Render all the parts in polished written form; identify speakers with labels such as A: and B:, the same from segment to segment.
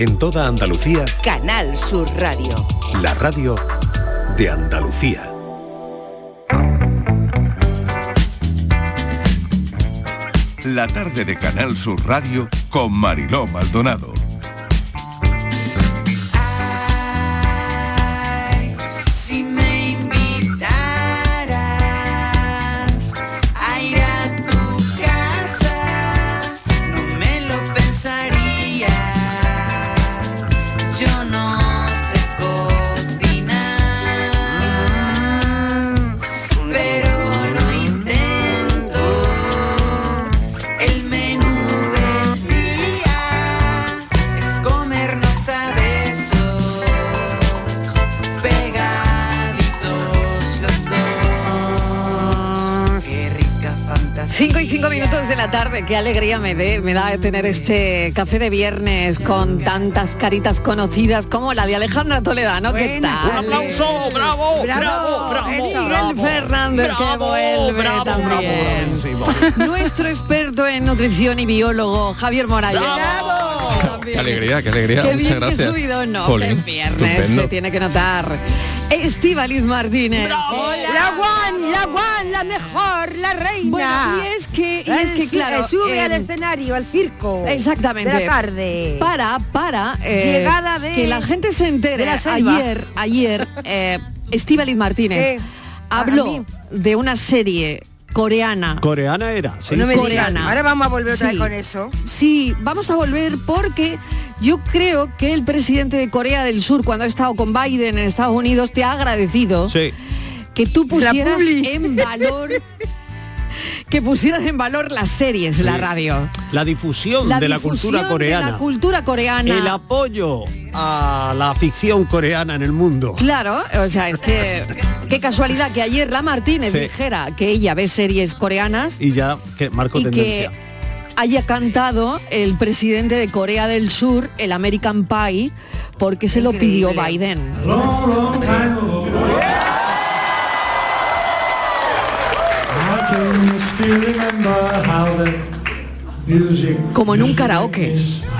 A: En toda Andalucía,
B: Canal Sur Radio.
A: la radio de Andalucía.
C: La tarde de Canal Sur Radio con Mariló Maldonado.
D: Si me invitaras a ir a tu casa, no me lo pensaría. Yo no sé cocinar, pero lo intento. El menú del día es comernos a besos, pegaditos los dos. Qué rica fantasía.
E: 5:05 de la tarde, qué alegría me da tener este café de viernes con tantas caritas conocidas como la de Alejandra Toledano. ¿Qué tal?
F: Un aplauso, bravo, bravo, bravo.
E: Miguel Fernández, que vuelve también. Nuestro experto en nutrición y biólogo, Javier Morales.
G: Qué alegría,
E: Qué
G: muchas
E: bien que
G: gracias.
E: he subido, ¿no?
G: Jolín,
E: El viernes
G: estupendo.
E: se tiene que notar. Estíbaliz Martínez.
H: La mejor, la reina.
E: Bueno, y es que claro,
H: sube al escenario, al circo.
E: Exactamente.
H: De la tarde.
E: Para
H: Llegada de
E: que la gente se entere.
H: de la selva.
E: Ayer Estíbaliz Martínez habló de una serie coreana.
I: Coreana era, sí.
H: No me digas,
E: coreana.
H: ahora vamos a volver otra
E: Sí.
H: vez con eso.
E: Sí, vamos a volver porque yo creo que el presidente de Corea del Sur, cuando ha estado con Biden en Estados Unidos, te ha agradecido que tú pusieras en valor las series en la radio.
I: La difusión de la cultura coreana.
E: De la cultura coreana.
I: El apoyo a la ficción coreana en el mundo.
E: Claro, o sea, es que qué casualidad que ayer la Martínez
I: Sí.
E: dijera que ella ve series coreanas
I: Y ya que marcó
E: y
I: tendencia.
E: que haya cantado el presidente de Corea del Sur el American Pie porque se lo pidió Biden. Como en un karaoke.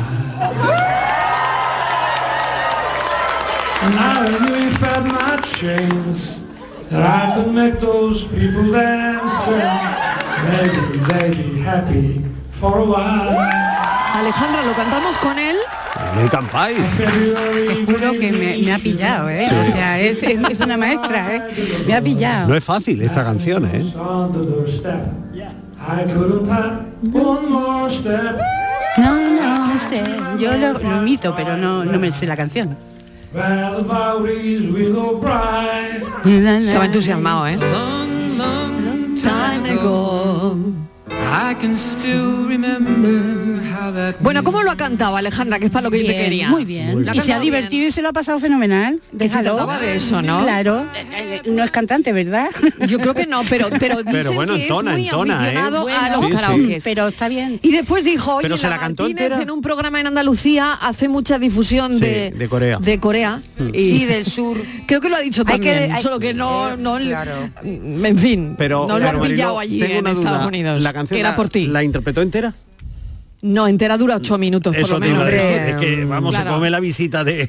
J: And I really felt my chains, that I could make those people dance, and maybe they'd be happy for a while.
E: Alejandra, ¿lo cantamos con él?
I: American Pie.
K: Te juro que me ha pillado, ¿eh?
I: Sí.
K: O sea, es una maestra, ¿eh? Me ha pillado.
I: No es fácil esta canción, ¿eh?
J: On the doorstep, I couldn't have one more step.
K: No, yo lo imito, pero no me sé la canción.
J: Well, about is Willow Bride.
E: Se va entusiasmado, ¿eh? Time ago.
D: I can still remember how that.
E: Bueno, ¿cómo lo ha cantado Alejandra? Que es para lo que yo te
K: Bien,
E: quería.
K: muy bien.
E: Lo ha
K: Y se ha
E: cantado bien.
K: divertido y se lo ha pasado fenomenal.
E: Que se trataba de eso, ¿no?
K: Claro. No es cantante, ¿verdad?
E: Yo creo que no, pero dicen
I: bueno,
E: que
I: entona,
E: es muy
I: entona, ¿eh?
E: aficionado a los
I: Sí, sí.
E: karaokes.
K: Pero está bien.
E: Y después dijo, oye,
I: Pero se la
E: la
I: cantó
E: Martínez
I: entera.
E: en un programa en Andalucía hace mucha difusión
I: Sí,
E: de
I: Corea.
E: De Corea. Y
H: Sí, del sur.
E: creo que lo ha dicho
H: Hay que-
E: también,
H: hay-
E: solo que no,
H: claro.
E: en fin,
I: Pero,
E: no lo han
I: Mariló,
E: pillado allí
I: tengo
E: en
I: una duda.
E: Estados Unidos.
I: ¿La canción
E: que era por ti.
I: la interpretó entera?
E: No, entera dura 8 minutos
I: Eso
E: por
I: te
E: lo
I: iba a
E: menos.
I: decir, es que vamos,
E: Claro.
I: se come la visita de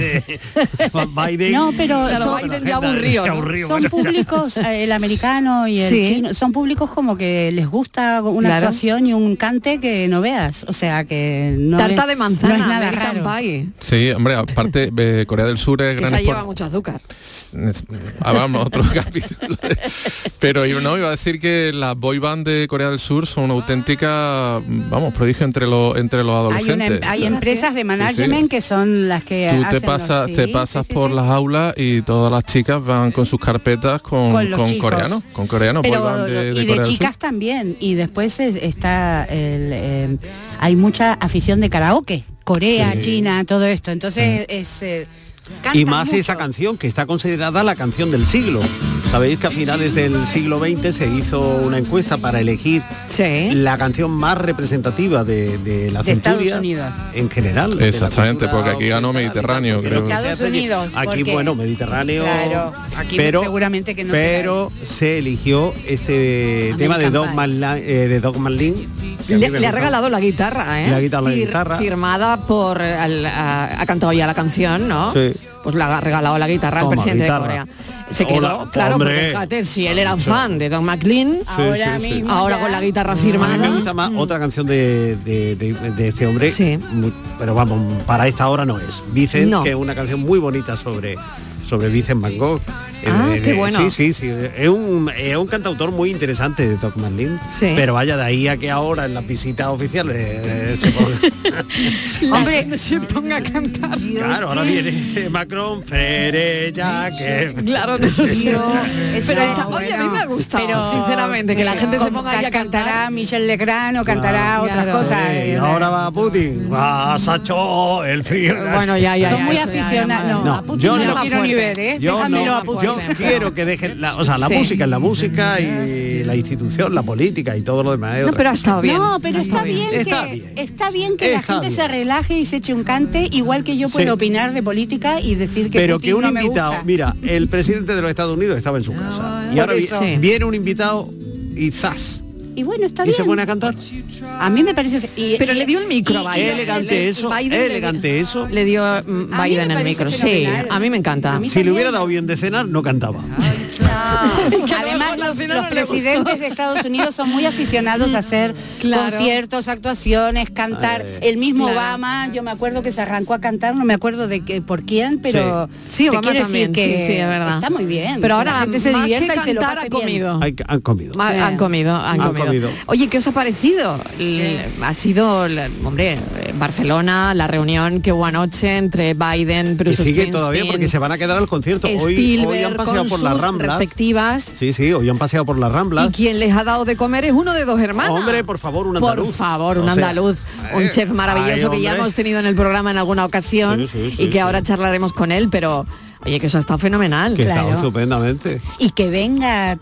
I: Biden.
K: No, pero
E: Claro,
K: son,
E: Biden ya aburrido,
I: Qué
E: ¿no?
I: aburrido,
K: son
I: bueno, ya.
K: públicos, el americano y el
E: Sí.
K: chino, son públicos como que les gusta una
E: Claro.
K: actuación y un cante que no veas. O sea que no
E: Tarta
K: es,
E: de manzana,
K: no es nada
E: American
K: raro.
E: Pie.
G: Sí, hombre, aparte Corea del Sur es gran
E: Esa lleva
G: export.
E: mucho azúcar.
G: Vamos, otro capítulo. Pero yo no iba a decir que las boy band de Corea del Sur son una auténtica, vamos, prodigio entre los adolescentes.
K: Hay
G: O sea,
K: empresas de management que son las que
G: tú
K: hacen
G: te pasas por las aulas y todas las chicas van con sus carpetas con
K: los chicos.
G: coreanos boy
K: Pero
G: band de
K: y
G: Corea
K: de
G: del Sur.
K: chicas también. Y después está hay mucha afición de karaoke, Corea,
I: Sí.
K: China, todo esto. Entonces es
I: Y
K: cantan
I: más
K: mucho.
I: esta canción, que está considerada la canción del siglo. Sabéis que a finales del siglo XX se hizo una encuesta para elegir la canción más representativa de la centuria en general.
G: Exactamente, porque aquí ganó Mediterráneo, creo.
H: Estados Unidos.
I: Aquí, bueno, Mediterráneo.
H: Claro, aquí
I: pero,
H: seguramente que no.
I: Pero se eligió este tema de Doug Martyn.
E: Le ha regalado la guitarra, ¿eh?
I: La guitarra.
E: Firmada por... ha cantado ya la canción, ¿no?
I: Sí.
E: Pues le ha regalado la guitarra al presidente de Corea. Se quedó, claro, porque fíjate, si él era fan de Doug McLean, ahora con la guitarra firmada.
I: A mí me gusta más otra canción de este hombre, pero vamos, para esta hora no es. Vicent, que es una canción muy bonita sobre Vincent Van Gogh.
E: Qué bueno.
I: Sí. Es un cantautor muy interesante de Doug Martyn. Pero vaya de ahí a que ahora en las visitas oficiales se ponga...
E: Hombre, se ponga a cantar.
I: Claro, ahora viene Macron, Ferella, que...
E: Claro, no sé. Oye, a mí me ha gustado, sinceramente, que la gente se ponga ahí a cantar.
H: Cantará Michel Legrand o cantará otras cosas.
I: Y ahora va Putin, va Sacho, el frío.
E: Bueno, ya.
H: Son muy aficionados. No, a Putin yo no quiero ni ver, ¿eh?
I: Yo quiero que dejen la música es la música y la institución, la política y todo lo demás.
E: No, pero ha estado bien.
H: No, pero está bien que la gente se relaje y se eche un cante, igual que yo puedo opinar de política y decir que
I: pero
H: Putin
I: que un
H: no me
I: invitado,
H: gusta.
I: mira, el presidente de los Estados Unidos estaba en su casa y ahora viene un invitado y ¡zas!
H: Y bueno, está bien.
I: ¿Y se pone a cantar?
H: A mí me parece...
E: Pero le dio el micro a Biden.
I: Elegante eso.
E: Le dio Biden el micro. Sí, a mí me encanta.
I: Si le hubiera dado bien de cenar, no cantaba.
H: Además, los presidentes de Estados Unidos son muy aficionados a hacer conciertos, actuaciones, cantar. El mismo Obama, yo me acuerdo que se arrancó a cantar, no me acuerdo por quién, pero
E: sí, Obama también, que
H: es verdad. Está muy bien.
E: Pero ahora
H: la gente se divierta y se lo pase
E: ha comido.
I: Han comido.
E: Han comido. Oye, ¿qué os ha parecido? Ha sido, hombre, Barcelona, la reunión que hubo anoche entre Biden, Bruce
I: Springsteen,
E: sigue
I: todavía porque se van a quedar al concierto. Hoy han paseado por las Ramblas.
E: Respectivas.
I: Sí, hoy han paseado por las Ramblas.
E: Y quien les ha dado de comer es uno de dos hermanos.
I: Hombre, por favor, un andaluz.
E: Por favor, un andaluz. Un chef maravilloso que ya hemos tenido en el programa en alguna ocasión y que ahora charlaremos con él, pero... Oye, que eso ha estado fenomenal.
I: Que está estupendamente.
H: Y que venga,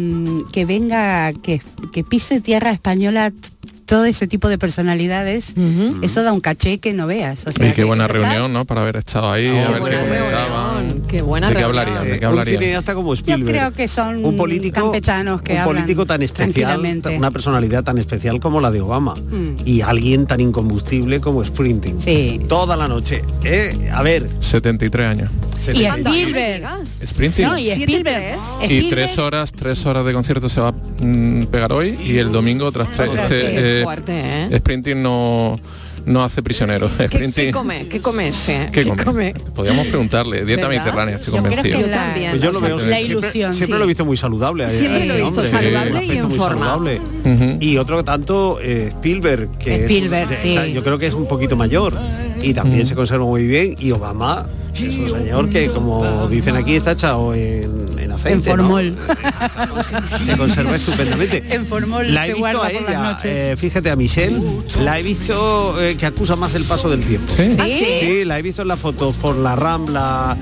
H: que pise tierra española todo ese tipo de personalidades, eso da un caché que no veas. O sea,
G: y qué buena reunión, ¿no? Para haber estado ahí, a ver qué comentaban.
E: Qué buena
G: ¿De qué hablarían? ¿De qué hablarían?
I: Un cineasta como Spielberg.
H: Yo creo que son
I: un político,
H: campechanos que
I: un político tan especial, una personalidad tan especial como la de Obama. Y alguien tan incombustible como Springsteen.
H: Sí.
I: Toda la noche. A ver.
G: 73 años.
H: Y Spielberg.
G: Springsteen.
H: No, y Spielberg.
G: Y 3 horas de concierto se va a pegar hoy y el domingo otras 3.
E: Fuerte,
G: Springsteen no hace prisioneros.
E: ¿Qué come? ¿Qué come?
G: Podríamos preguntarle. Dieta mediterránea, estoy convencido.
E: Yo también.
I: Pues yo lo veo
H: la ilusión.
I: Siempre lo he visto muy saludable.
E: Siempre lo he visto saludable y en forma.
I: Y otro tanto Spielberg, que yo creo que es un poquito mayor y también se conserva muy bien. Y Obama es un señor que, como dicen aquí, está echado en aceite,
H: en formol,
I: ¿no? Se conserva estupendamente.
H: En formol
I: la he visto a ella, fíjate, a Michelle, la he visto que acusa más el paso del tiempo. Sí, la he visto en las fotos por la Rambla.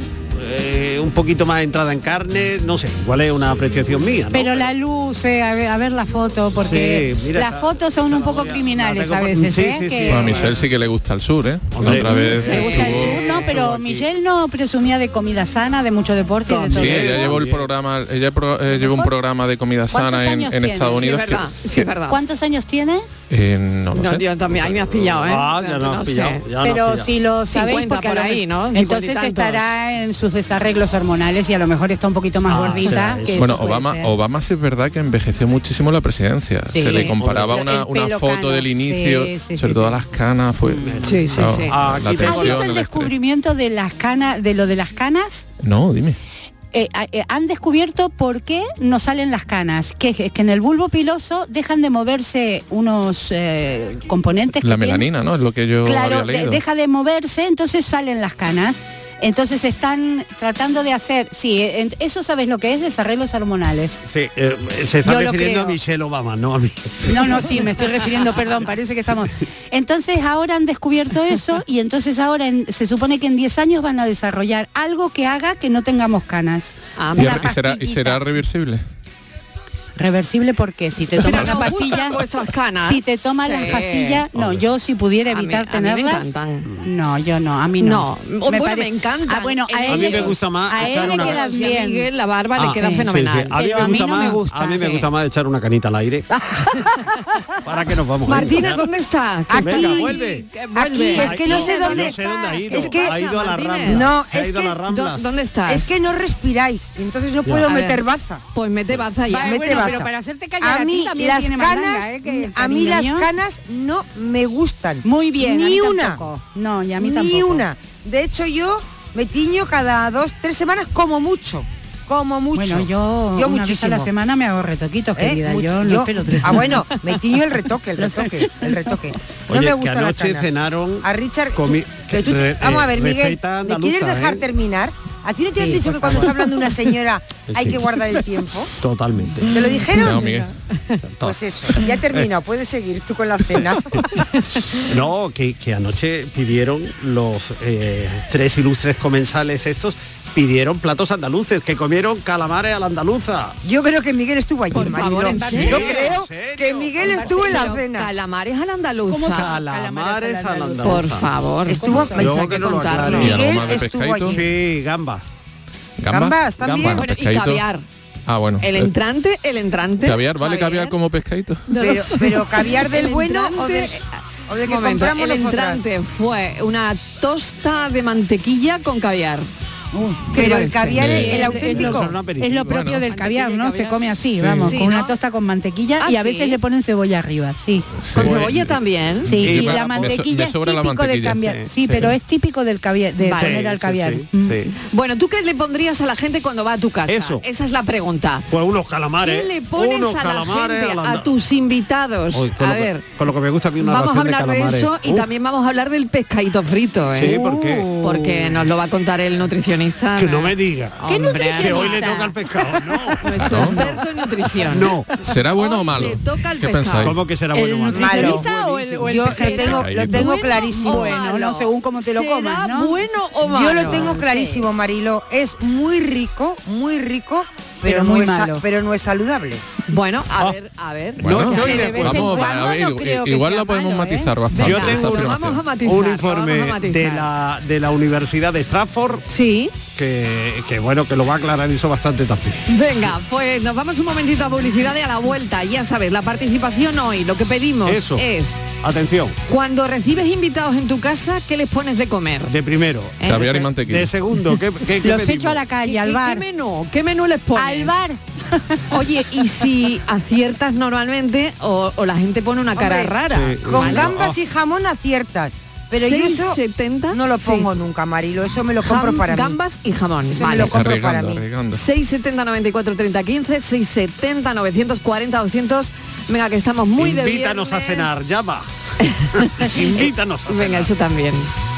I: Un poquito más entrada en carne, no sé, igual es una apreciación mía, ¿no?
H: Pero la luz, a ver la foto, porque las fotos son un poco criminales a veces,
G: Bueno, a Michelle sí que le gusta el sur, Otra vez
H: le gusta el sur, no, pero Michelle no presumía de comida sana, de mucho deporte, de todo.
G: Sí, ella llevó el programa, llevó un programa de comida sana en Estados Unidos.
E: Sí, es verdad.
H: ¿Cuántos años tiene?
G: No lo sé.
E: Yo también, ahí me has pillado,
I: ya no
E: sé.
H: Pero si lo sabéis, porque
E: por ahí, ¿no?
H: Entonces estará en sus desarreglos hormonales y a lo mejor está un poquito más gordita.
G: Bueno, Obama sí es verdad que envejeció muchísimo la presidencia. Se le comparaba una foto del inicio, sobre todo las canas, fue
H: ¿Has visto el descubrimiento de las canas, de lo de las canas?
G: No, dime.
H: Han descubierto por qué no salen las canas, que en el bulbo piloso dejan de moverse unos componentes.
G: La melanina, ¿no? Es lo que yo había leído.
H: Deja de moverse, entonces salen las canas. Entonces están tratando de hacer, eso sabes lo que es, desarreglos hormonales.
I: Sí, se está refiriendo a Michelle Obama, no a mí.
H: No, sí, me estoy refiriendo, perdón, parece que estamos... Entonces ahora han descubierto eso y entonces ahora se supone que en 10 años van a desarrollar algo que haga que no tengamos canas.
G: ¿Y será reversible?
H: Reversible porque si te tomas la pastilla, si te tomas las pastillas, yo si pudiera evitar tenerlas, no, yo no, a mí no.
E: Me encanta.
I: A mí me gusta más
H: a él le queda bien.
E: Miguel, la barba le queda fenomenal.
I: A mí me gusta más echar una canita al aire. ¿Para qué nos vamos?
E: Martina, ¿dónde está?
I: Venga, vuelve.
K: Es que no sé dónde
I: ha ido.
K: Es que
I: ha ido a la Rambla.
K: No,
I: es que
E: ¿dónde estás?
K: Es que no respiráis, entonces no puedo meter baza.
E: Pues mete baza ya.
H: Pero para hacerte callar
K: a mí las canas no me gustan.
H: Muy bien.
K: Ni una.
H: No, y a mí tampoco.
K: Ni una. De hecho yo me tiño cada 2-3 semanas como mucho.
H: Bueno, yo una vez a la semana me hago retoquitos, querida. Yo no espero 3 semanas.
K: Bueno, me tiño el retoque. No
I: Oye,
K: me gusta
I: que anoche
K: la cana.
I: Cenaron
K: a Richard. Vamos a ver, Miguel, ¿me quieres dejar terminar? ¿A ti no te han dicho que cuando está hablando una señora hay que guardar el tiempo?
I: Totalmente.
K: ¿Te lo dijeron?
G: No, Miguel.
K: Pues eso, ya he terminado, puedes seguir tú con la cena.
I: No, que anoche pidieron los 3 ilustres comensales estos, pidieron platos andaluces, que comieron calamares a la andaluza.
K: Yo creo que Miguel estuvo allí,
E: Por favor, ¿en serio?
K: Yo creo que Miguel estuvo en la cena.
E: Calamares a la andaluza.
I: Calamares a la andaluza.
E: Por favor.
K: Estuvo,
I: luego que no lo aclare.
K: Miguel estuvo allí.
I: Sí, gamba.
K: Gambas también.
E: Bueno, y caviar.
G: Bueno.
E: El entrante.
G: Caviar, ¿vale caviar como pescadito?
K: Pero caviar del bueno o del que compramos
E: el entrante fue una tosta de mantequilla con caviar.
K: Pero el caviar, el auténtico,
H: es lo propio del caviar, ¿no? Se come así, vamos, con una tosta con mantequilla y a veces le ponen cebolla arriba, sí.
E: ¿Con cebolla también?
H: Sí, y la mantequilla es típico del caviar. Sí, pero es típico del caviar, de poner al caviar.
E: Bueno, ¿tú qué le pondrías a la gente cuando va a tu casa?
I: Eso.
E: Esa es la pregunta.
I: Pues unos calamares.
E: ¿Qué le pones a la gente, a tus invitados?
I: A ver. Con lo que me gusta a mí una
E: vamos a hablar
I: de
E: eso y también vamos a hablar del pescadito frito, ¿eh?
I: Sí, ¿por qué?
E: Porque nos lo va a contar el nutricionista.
I: Que no me diga.
E: ¿Qué nutricionista?
I: Que hoy le toca al pescado, no.
E: Nuestro experto en nutrición.
I: No.
G: ¿Será bueno o malo?
E: Le toca al
G: ¿Qué
E: pescado.
G: pensáis?
I: ¿Cómo que será bueno o malo?
H: ¿Nutricionista o el
K: Yo lo tengo clarísimo.
H: Bueno, no según cómo te lo comas, ¿no?
E: ¿Bueno o malo?
K: Yo lo tengo clarísimo, Marilo. Es muy rico, pero
H: muy
K: no
H: malo.
K: Pero no es saludable.
E: Bueno, a ver.
I: Bueno,
G: vamos a ver, igual la podemos matizar bastante.
I: Yo tengo un informe de la Universidad de Stratford.
E: Sí.
I: Que bueno, que lo va a aclarar eso bastante también.
E: Venga, pues nos vamos un momentito a publicidad y a la vuelta. Ya sabes, la participación hoy, lo que pedimos es...
I: Atención.
E: Cuando recibes invitados en tu casa, ¿qué les pones de comer?
I: De primero.
G: Caviar y mantequilla.
I: De segundo, ¿qué
H: los echo a la calle, al bar.
E: ¿Qué menú les pones?
H: Al bar.
E: Oye, y si aciertas normalmente o la gente pone una cara rara.
I: Sí.
K: Con gambas y jamón aciertas. Pero yo eso
E: 6,70
K: no lo pongo nunca, Marilo. Eso me lo compro para mí.
E: Gambas y jamón.
K: Eso me lo compro para mí.
E: 6,70 94 30 15, 6,70 940 200. Venga, que estamos muy de viernes.
I: Invítanos a cenar, llama. Invítanos a cenar.
E: Venga, eso también.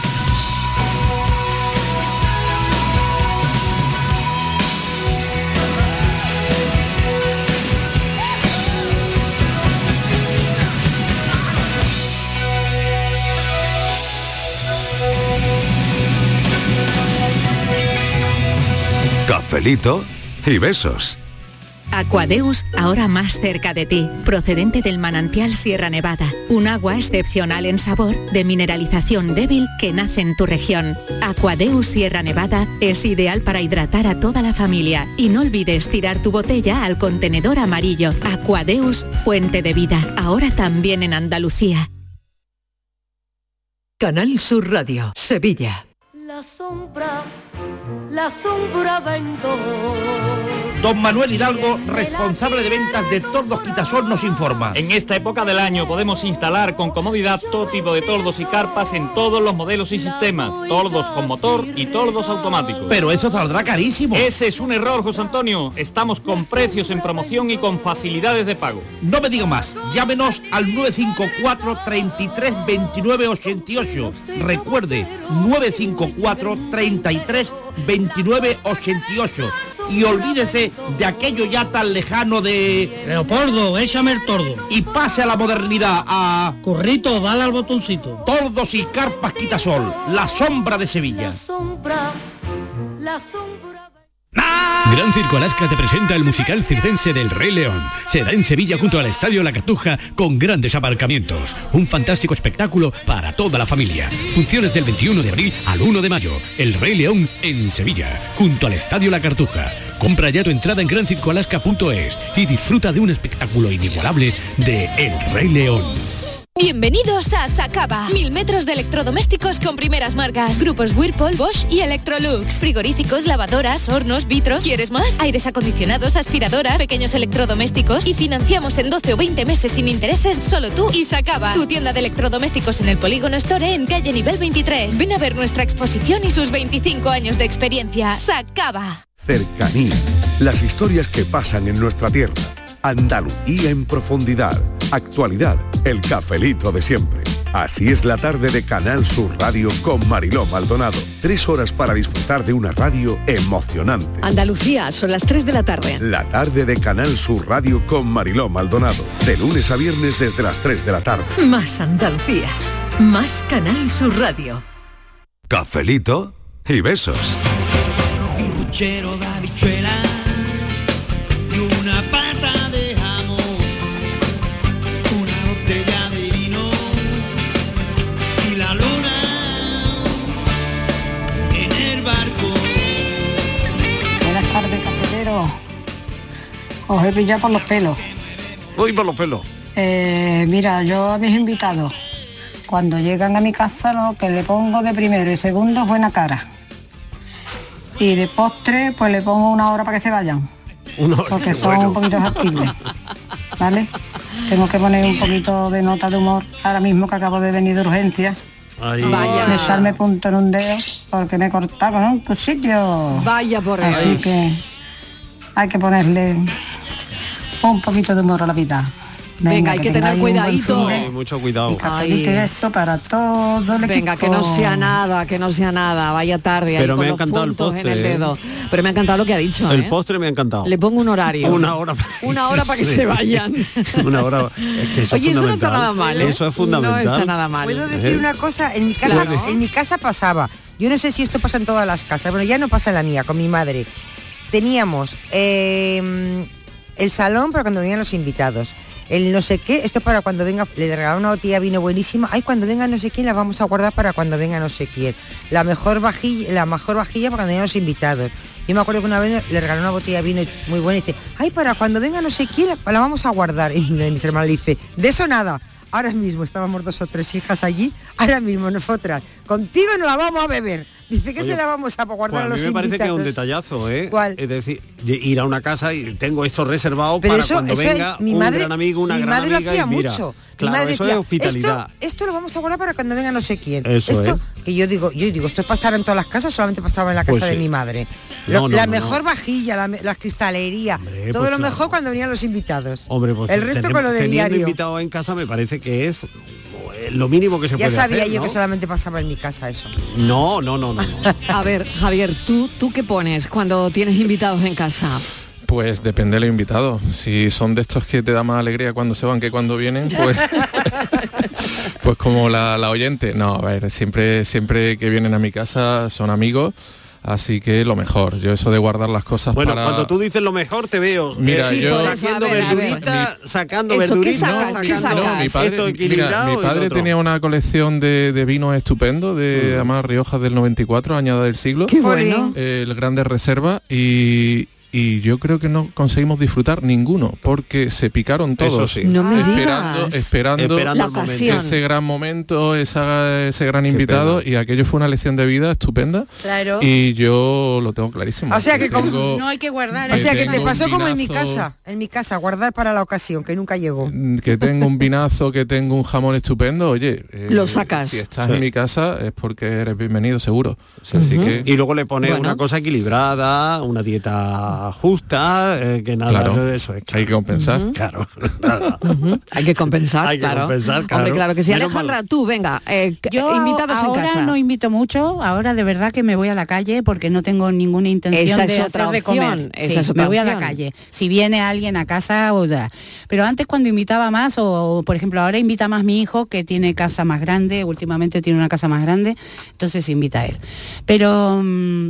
C: Cafelito y besos.
L: Aquadeus, ahora más cerca de ti, procedente del manantial Sierra Nevada, un agua excepcional en sabor, de mineralización débil que nace en tu región. Aquadeus Sierra Nevada es ideal para hidratar a toda la familia y no olvides tirar tu botella al contenedor amarillo. Aquadeus, fuente de vida, ahora también en Andalucía.
B: Canal Sur Radio, Sevilla.
M: La sombra vendo.
N: Don Manuel Hidalgo, responsable de ventas de Tordos Quitasol, nos informa.
O: En esta época del año podemos instalar con comodidad todo tipo de tordos y carpas en todos los modelos y sistemas, tordos con motor y tordos automáticos.
N: Pero eso saldrá carísimo.
O: Ese es un error, José Antonio. Estamos con precios en promoción y con facilidades de pago.
N: No me digo más. Llámenos al 954 33 29 88. Recuerde, 954 954 33 29 88. Y olvídese de aquello ya tan lejano de...
P: Leopoldo, échame el tordo.
N: Y pase a la modernidad, a...
P: Corrito, dale al botoncito.
N: Tordos y carpas Quitasol, la sombra de Sevilla.
M: La sombra...
Q: Gran Circo Alaska te presenta el musical circense del Rey León. Se da en Sevilla junto al Estadio La Cartuja con grandes aparcamientos. Un fantástico espectáculo para toda la familia. Funciones del 21 de abril al 1 de mayo. El Rey León en Sevilla, junto al Estadio La Cartuja. Compra ya tu entrada en grancircoalaska.es y disfruta de un espectáculo inigualable de El Rey León.
R: Bienvenidos a Sacaba. 1000 metros de electrodomésticos con primeras marcas. Grupos Whirlpool, Bosch y Electrolux. Frigoríficos, lavadoras, hornos, vitros. ¿Quieres más? Aires acondicionados, aspiradoras, pequeños electrodomésticos. Y financiamos en 12 o 20 meses sin intereses. Solo tú y Sacaba. Tu tienda de electrodomésticos en el Polígono Store en calle nivel 23. Ven a ver nuestra exposición y sus 25 años de experiencia. Sacaba.
A: Cercanía. Las historias que pasan en nuestra tierra. Andalucía en profundidad. Actualidad, el cafelito de siempre. Así es la tarde de Canal Sur Radio con Mariló Maldonado. 3 horas para disfrutar de una radio emocionante.
B: Andalucía, son las 3 de la tarde.
A: La tarde de Canal Sur Radio con Mariló Maldonado. De lunes a viernes desde las 3 de la tarde.
B: Más Andalucía, más Canal Sur Radio.
A: Cafelito y besos.
S: Un puchero de habichuela y una pata de jamón, una botella de vino y la luna en el barco.
T: Buenas tardes, cafetero. Os he pillado por los pelos.
I: Voy por los pelos.
T: Mira, yo a mis invitados, cuando llegan a mi casa, lo que le pongo de primero y segundo es buena cara. Y de postre, pues le pongo 1 hora para que se vayan. Porque son un poquito factibles, ¿vale? Tengo que poner un poquito de nota de humor ahora mismo que acabo de venir de urgencia. De echarme punto en un dedo porque me he cortado con un cuchillo.
E: Vaya por ahí.
T: Así que hay que ponerle un poquito de humor a la vida.
E: Venga, hay que tener cuidadito.
I: Mucho cuidado.
T: Y eso para todo el equipo.
E: Venga, que no sea nada, vaya tarde.
I: Pero
E: ahí
I: me ha
E: con
I: encantado
E: los puntos
I: el postre,
E: en el dedo. Pero me ha encantado lo que ha dicho.
I: El postre me ha encantado.
E: Le pongo un horario.
I: 1 hora.
E: 1 hora para que se vayan.
I: 1 hora. Es que eso
E: Oye,
I: es
E: eso no está nada mal.
I: Eso es fundamental.
E: No está nada mal.
K: ¿Puedo decir una cosa? En mi casa, en mi casa pasaba. Yo no sé si esto pasa en todas las casas. Bueno, ya no pasa en la mía, con mi madre. Teníamos el salón para cuando venían los invitados. El no sé qué, esto para cuando venga, le regalaron una botella de vino buenísima. Ay, cuando venga no sé quién, la vamos a guardar para cuando venga no sé quién. La mejor vajilla para cuando vengan los invitados. Yo me acuerdo que una vez le regalaron una botella de vino muy buena y dice, ay, para cuando venga no sé quién, la vamos a guardar. Y una de mis hermanos le dice, de eso nada. Ahora mismo estábamos 2 o 3 hijas allí, ahora mismo nosotras, contigo no la vamos a beber. Dice que se la vamos a guardar a los invitados.
I: A mí me parece que es un detallazo, ¿eh?
K: ¿Cuál?
I: Es decir, ir a una casa y tengo esto reservado
K: pero
I: para
K: eso,
I: cuando venga un gran amigo, una gran amiga.
K: Mi madre lo hacía mucho.
I: Claro, eso es hospitalidad.
K: Esto lo vamos a guardar para cuando venga no sé quién.
I: Eso
K: esto, que yo digo, esto pasaba en todas las casas, solamente pasaba en la casa de mi madre. La mejor vajilla, las cristalerías, todo lo mejor cuando venían los invitados.
I: Hombre, pues
K: el resto con lo de diario.
I: Invitado en casa me parece que es lo mínimo que se puede hacer.
K: Ya sabía yo,
I: ¿no?
K: que solamente pasaba en mi casa eso.
I: No.
E: A ver, Javier, ¿tú qué pones cuando tienes invitados en casa?
G: Pues depende del invitado. Si son de estos que te da más alegría cuando se van que cuando vienen, pues pues como la oyente. No, a ver, siempre que vienen a mi casa son amigos. Así que lo mejor, yo eso de guardar las cosas
I: bueno,
G: para...
I: cuando tú dices lo mejor te veo.
G: Mira, yo
I: sacando verdurita, sacando verdurita, sacando esto equilibrado.
G: Mi padre tenía una colección de vinos estupendos, de además Rioja del 94, añada del siglo.
E: Qué bueno.
G: El Grande Reserva y yo creo que no conseguimos disfrutar ninguno porque se picaron todos.
I: Eso sí.
E: No me
G: esperando
E: la ocasión.
G: ese gran momento, ese gran invitado, y aquello fue una lección de vida estupenda.
K: Claro.
G: Y yo lo tengo clarísimo.
K: O sea que no hay que guardar. O sea que te pasó como en mi casa, guardar para la ocasión, que nunca llegó.
G: Que tengo un vinazo, que tengo un jamón estupendo, oye,
E: lo sacas.
G: Si estás en mi casa es porque eres bienvenido, seguro. Así que,
I: y luego le pones una cosa equilibrada, una dieta comida justa, que nada de eso es.
G: Hay que compensar.
I: Claro.
E: Hay que compensar,
I: Hay que
E: claro.
I: compensar, claro.
E: Hombre, claro que sí.
I: Menos
E: Alejandra,
I: mal.
E: tú, venga,
H: Yo
E: invitados en
H: ahora
E: casa.
H: no invito mucho, ahora de verdad que me voy a la calle porque no tengo ninguna intención
E: Esa es
H: de
E: otra
H: hacer de
E: opción,
H: comer.
E: esa
H: Sí,
E: es otra
H: me voy a la
E: opción.
H: calle. Si viene alguien a casa o da. Pero antes cuando invitaba más, o por ejemplo ahora invita más mi hijo que tiene casa más grande, últimamente tiene una casa más grande, entonces invita a él. Pero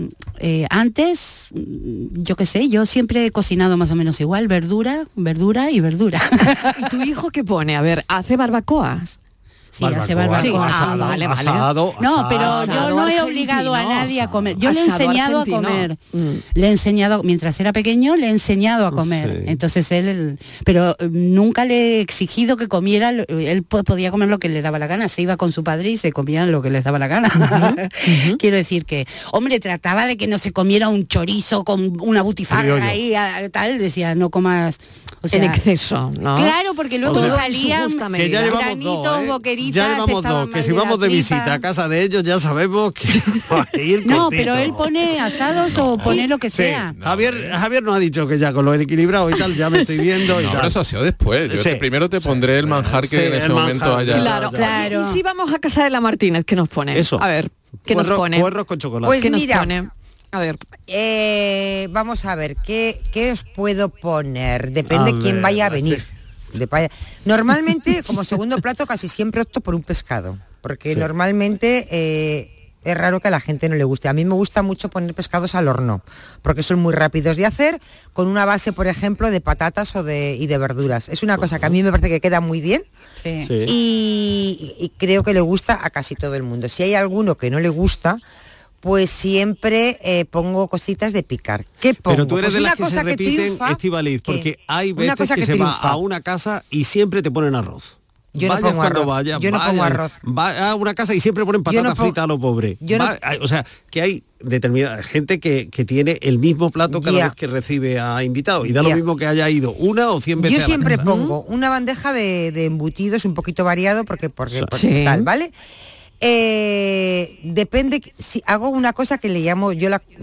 H: antes, yo qué sé, yo siempre he cocinado más o menos igual, verdura y verdura.
E: ¿Y tu hijo qué pone? A ver, ¿hace barbacoas?
H: Sí, hace barbacoa.
I: Asado,
E: vale, vale.
I: asado,
H: No, pero
E: asado
H: yo no he
E: argentino.
H: obligado a nadie a comer. Yo le he
E: Asado
H: enseñado
E: argentino.
H: a comer. Le he enseñado, mientras era pequeño, le he enseñado a comer.
I: Sí.
H: Entonces pero nunca le he exigido que comiera, él podía comer lo que le daba la gana. Se iba con su padre y se comían lo que les daba la gana. Quiero decir que, hombre, trataba de que no se comiera un chorizo con una butifarra ahí, tal, decía, no comas... O sea,
E: en exceso, ¿no?
H: Claro, porque luego
E: Todo en su
H: salían
E: justa medida.
I: Que ya llevamos
H: granitos,
I: dos,
H: boqueritas,
I: ya llevamos
H: estaban
I: dos, que si
H: mal de
I: vamos
H: la
I: de
H: tripa.
I: visita a casa de ellos ya sabemos que va a ir
H: No,
I: cortito.
H: pero él pone asados o pone lo que
I: Sí,
H: sea.
I: Javier nos ha dicho que ya con lo equilibrado y tal, ya me estoy viendo y
G: No,
I: tal.
G: pero eso ha sido después. Yo
I: Sí.
G: primero te pondré el manjar que
I: Sí,
G: en ese
I: el
G: momento
I: manjar.
G: haya...
E: Claro, claro. Y si vamos a casa de la Martínez, ¿qué nos pone?
I: Eso.
E: A ver, ¿qué nos pone?
I: Puerros con chocolate.
K: Pues
E: ¿Qué nos
K: mira,
E: pone? A ver.
K: Vamos a ver, ¿qué os puedo poner? Depende
I: A
K: quién
I: ver,
K: vaya a venir. Normalmente, como segundo plato, casi siempre opto por un pescado, porque normalmente es raro que a la gente no le guste. A mí me gusta mucho poner pescados al horno, porque son muy rápidos de hacer, con una base, por ejemplo, de patatas y de verduras. Es una cosa que a mí me parece que queda muy bien.
H: Sí.
I: Sí.
K: Y creo que le gusta a casi todo el mundo. Si hay alguno que no le gusta, pues siempre pongo cositas de picar. ¿Qué pongo?
I: Pero tú eres
K: Pues
I: de las
K: una
I: que se
K: cosa
I: repiten,
K: triunfa,
I: Estíbaliz,
K: ¿qué?
I: porque hay
K: Una
I: veces
K: cosa
I: que
K: que
I: se va
K: triunfa.
I: a una casa y siempre te ponen arroz.
K: Yo no
I: Vayas
K: pongo
I: cuando
K: arroz.
I: vayas,
K: Yo no pongo
I: vayas,
K: arroz.
I: Va a una casa y siempre ponen
K: Yo no
I: patata
K: pongo-
I: frita a lo pobre.
K: yo no-
I: O sea, que hay determinada gente que tiene el mismo plato cada
K: Ya.
I: vez que recibe a invitados. Y da lo
K: Ya.
I: mismo que haya ido una o 100 veces
K: Yo
I: a la
K: siempre
I: casa.
K: pongo una bandeja de embutidos un poquito variado porque
E: Sí.
K: tal, ¿vale? Depende, si hago una cosa que le llamo,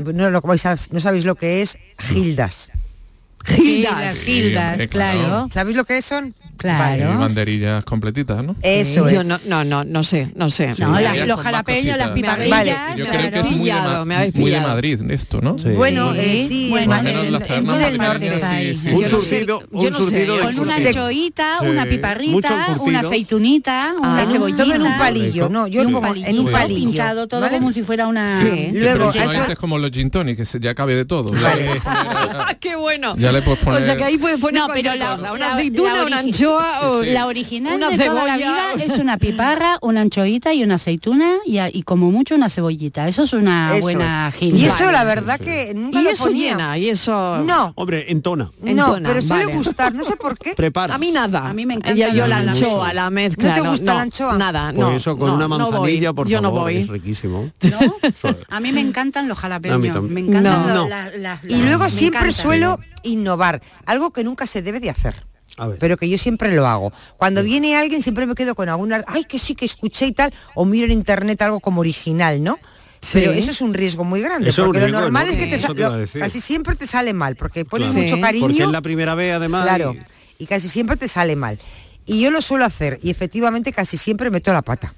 K: no sabéis lo que es, gildas.
H: Sí, las gildas,
G: Sí,
H: claro.
K: ¿Sabéis lo que son?
H: Claro.
G: Y banderillas completitas, ¿no?
K: Eso
E: Yo
K: es.
E: no sé.
H: No,
G: Sí,
H: los
G: con más
H: jalapeños, las
G: cositas.
H: piparrillas,
K: Vale.
G: Yo
H: claro.
G: creo que es muy de,
E: Pillado, me habéis
G: muy de
E: pillado.
G: Madrid esto, ¿no?
I: Sí.
K: Bueno,
H: Sí,
K: sí,
H: bueno,
K: en-
G: menos
K: en-
G: las
K: en
G: tabernas
K: todo el
G: madrileñas,
K: norte.
G: sí, sí.
I: Un
E: Yo no sé,
I: surtido,
E: yo
I: un
E: no sé.
I: surtido de
H: Con una
I: curtido.
H: anchoita,
I: Sí.
H: una
I: Mucho
H: piparrita,
I: encurtido.
H: una aceitunita, una
E: Ah.
H: cebollita.
K: Todo en un palillo, no, yo
H: y
K: lo
H: un
K: pongo
H: palillo,
K: en un palillo.
H: pinchado, todo
K: ¿vale?
H: como si fuera una...
E: Sí.
K: Luego,
G: Pero
K: eso-
G: es como los gin tonic, que ya cabe de todo.
E: ¡Qué bueno!
G: Ya le puedes poner...
E: O sea que ahí puedes poner
H: No,
E: cualquier
H: pero
E: cosa, una aceituna,
H: la
E: una
H: origi-
E: anchoa o...
H: La original
E: una
H: de toda la
E: cebolla.
H: vida es una piparra, una anchoita y una aceituna y como mucho una cebollita. Eso es una
K: Eso
H: buena
K: es.
H: gilda.
K: Y eso la verdad que nunca
E: Y
K: lo
E: eso
K: ponía.
E: llena, y eso...
K: No,
I: Hombre, entona.
K: no,
E: Entona,
K: pero suele
E: vale.
K: gustar, no sé por qué.
I: Prepara.
E: A mí nada.
H: A mí me encanta
E: Yo la
H: la
E: anchoa, la mezcla.
K: ¿No te gusta la anchoa?
E: Nada,
I: Pues
E: no.
I: eso con
E: no,
I: una
E: no
I: manzanilla,
E: voy.
I: por
E: Yo
I: favor,
E: no voy.
I: es riquísimo.
H: ¿No? A mí me encantan los
I: A mí
H: jalapeños.
I: también.
H: Me encantan
E: No.
K: Y luego
H: me
K: siempre
H: encantan.
K: suelo innovar, algo que nunca se debe de hacer.
I: A ver.
K: Pero que yo siempre lo hago. Cuando viene alguien siempre me quedo con alguna, ay, que sí que escuché y tal, o miro en internet algo como original, ¿no?
E: Sí.
K: Pero eso es un riesgo muy grande,
I: Eso es un
K: porque lo
I: riesgo
K: normal es
I: enorme,
K: que
I: eso te iba a decir.
K: casi siempre te sale mal, porque pones
I: Claro.
K: mucho
E: Sí.
K: cariño.
I: Porque es la primera vez además.
K: Claro, y casi siempre te sale mal. Y yo lo suelo hacer, y efectivamente casi siempre meto la pata.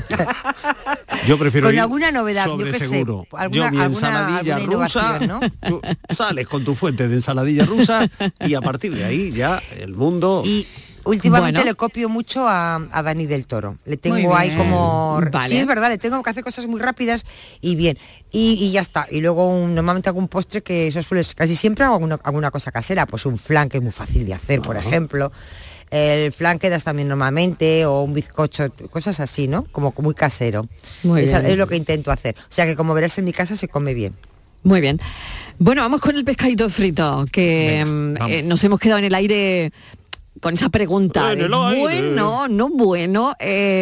I: Yo prefiero
K: Con
I: ir
K: alguna novedad,
I: sobre
K: yo qué sé,
I: seguro.
K: alguna-
I: Yo mi ensaladilla
K: alguna
I: rusa,
K: innovación, ¿no?
I: tú sales con tu fuente de ensaladilla rusa y a partir de ahí ya el mundo...
K: Y últimamente
E: Bueno.
K: le copio mucho a Dani del Toro. Le
H: Muy
K: tengo ahí
H: bien.
K: como...
E: Vale.
K: Sí, es verdad, le tengo que hacer cosas muy rápidas y bien. Y ya está. Y luego normalmente hago un postre que eso suele... Casi siempre hago alguna cosa casera. Pues un flan que es muy fácil de hacer, por ejemplo. El flan quedas también normalmente, o un bizcocho, cosas así, ¿no? Como muy casero.
E: Muy bien.
K: Es lo que intento hacer. O sea que como verás en mi casa se come bien.
E: Muy bien. Bueno, vamos con el pescadito frito, que
G: Venga, vamos.
E: nos hemos quedado en el aire con esa pregunta
I: En
E: de
I: el aire.
E: bueno, no bueno.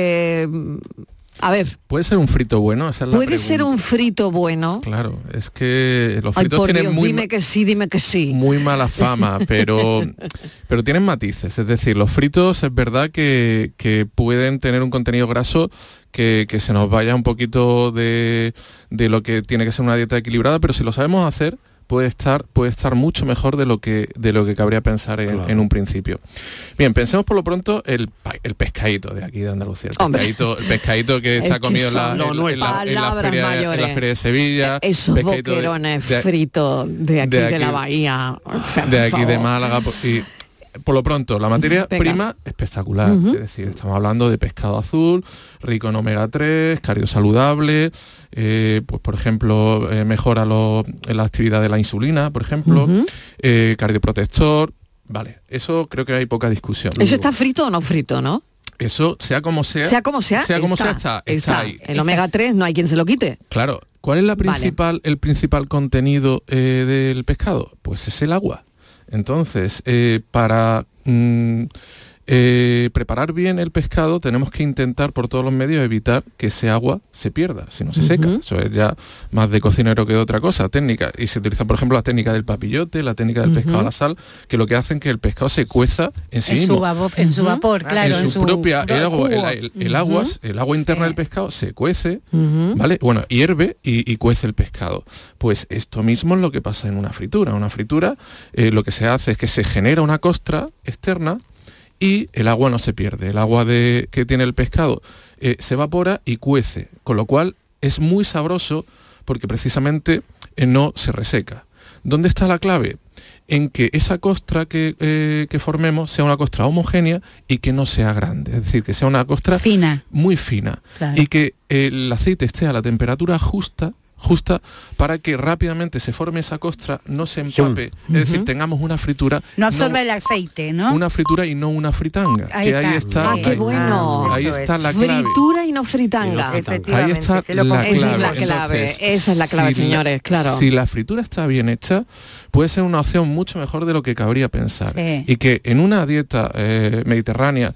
E: A ver,
G: ¿Puede ser un frito bueno? Esa es la
E: ¿puede ser
G: pregunta.
E: un frito bueno?
G: Claro, es que los
E: Ay,
G: fritos
E: por
G: tienen
E: Dios,
G: muy,
E: dime que sí, dime que sí.
G: muy mala fama, pero tienen matices. Es decir, los fritos es verdad que pueden tener un contenido graso que se nos vaya un poquito de lo que tiene que ser una dieta equilibrada, pero si lo sabemos hacer, puede estar mucho mejor de lo que cabría pensar en un principio. Bien, pensemos por lo pronto el pescadito de aquí de Andalucía, el pescadito que se ha comido en la feria de Sevilla,
E: esos boquerones fritos de aquí de la bahía,
G: de aquí de Málaga, y por lo pronto la materia prima espectacular, es decir, estamos hablando de pescado azul, rico en omega 3, cardiosaludable, pues por ejemplo mejora la actividad de la insulina, por ejemplo, cardioprotector, vale, eso creo que hay poca discusión.
E: ¿Eso está frito o no frito, no?
G: Eso, sea como sea, está ahí.
E: El omega 3 no hay quien se lo quite.
G: Claro, ¿cuál es el principal contenido del pescado? Pues es el agua. Entonces, para preparar bien el pescado tenemos que intentar por todos los medios evitar que ese agua se pierda, si no se seca. Eso es ya más de cocinero que de otra cosa, técnica. Y se utiliza, por ejemplo, la técnica del papillote, la técnica del pescado a la sal, que lo que hacen que el pescado se cueza en sí mismo.
H: En su vapor, claro.
G: En su propia... El agua interna del pescado se cuece, ¿vale? Bueno, hierve y cuece el pescado. Pues esto mismo es lo que pasa en una fritura. Una fritura lo que se hace es que se genera una costra externa y el agua no se pierde. El agua que tiene el pescado se evapora y cuece, con lo cual es muy sabroso porque precisamente no se reseca. ¿Dónde está la clave? En que esa costra que formemos sea una costra homogénea y que no sea grande, es decir, que sea una costra muy fina, claro. Y que el aceite esté a la temperatura justa para que rápidamente se forme esa costra, no se empape, es decir, tengamos una fritura.
H: No absorbe el aceite, ¿no?
G: Una fritura y no una fritanga.
E: Ahí está. Qué bueno.
G: Ahí está la clave.
E: Fritura y no fritanga.
G: Ahí está la clave.
E: Esa es la clave. Entonces, esa es la clave, señores, claro.
G: Si la fritura está bien hecha, puede ser una opción mucho mejor de lo que cabría pensar. Sí. Y que en una dieta mediterránea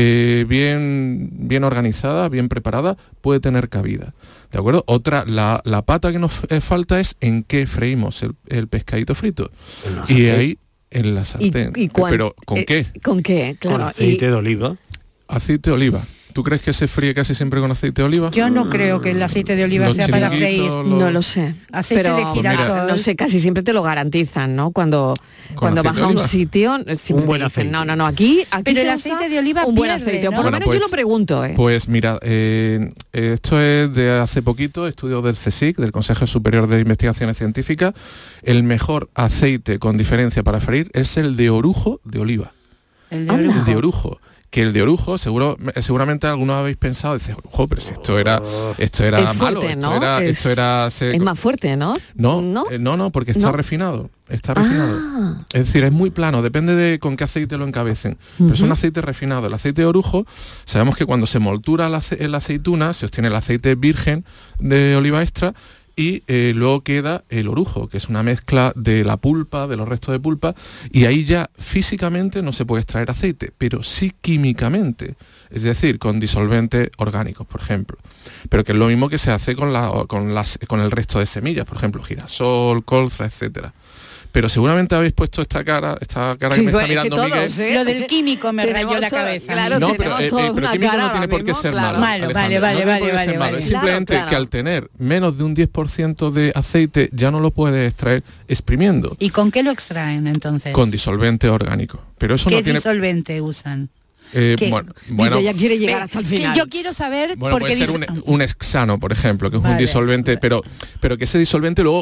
G: bien organizada, bien preparada, puede tener cabida. ¿De acuerdo? Otra, la pata que nos falta es en qué freímos el pescadito frito. Y ahí en la sartén. ¿Pero con qué?
E: ¿Con qué? Claro.
I: ¿Con aceite de oliva?
G: Aceite de oliva. ¿Tú crees que se fríe casi siempre con aceite de oliva?
H: Yo no creo que el aceite de oliva sea para freír.
E: No lo sé.
H: Aceite de girasol.
E: No sé, casi siempre te lo garantizan, ¿no? Cuando vas a un sitio,
I: un buen aceite.
E: No, aquí
H: pero el aceite de oliva
E: un buen aceite. ¿No? Por lo menos yo lo pregunto.
G: Pues mira, esto es de hace poquito, estudios del CSIC, del Consejo Superior de Investigaciones Científicas. El mejor aceite con diferencia para freír es el de orujo de oliva. El de orujo. Que el de orujo, seguramente algunos habéis pensado, dice, orujo, pero si esto era malo,
E: fuerte, ¿no? Es más fuerte, ¿no?
G: No, porque está refinado. Está refinado. Es decir, es muy plano, depende de con qué aceite lo encabecen. Pero es un aceite refinado. El aceite de orujo, sabemos que cuando se moltura la aceituna, se obtiene el aceite virgen de oliva extra, y luego queda el orujo, que es una mezcla de la pulpa, de los restos de pulpa, y ahí ya físicamente no se puede extraer aceite, pero sí químicamente, es decir, con disolventes orgánicos, por ejemplo. Pero que es lo mismo que se hace con el resto de semillas, por ejemplo, girasol, colza, etcétera. Pero seguramente habéis puesto esta cara que me está mirando
H: todos,
G: Miguel.
H: Lo del químico me rayó la cabeza.
E: Claro,
G: no, pero químico no tiene por qué ser malo.
H: Vale.
G: Es simplemente que al tener menos de un 10% de aceite ya no lo puedes extraer exprimiendo.
H: ¿Y con qué lo extraen entonces?
G: Con disolvente orgánico. Pero eso
H: ¿Qué disolvente usan?
E: Bueno, dice, ella quiere llegar hasta el final.
H: Yo quiero saber
G: porque puede ser un hexano, por ejemplo, que es un disolvente, pero que ese disolvente luego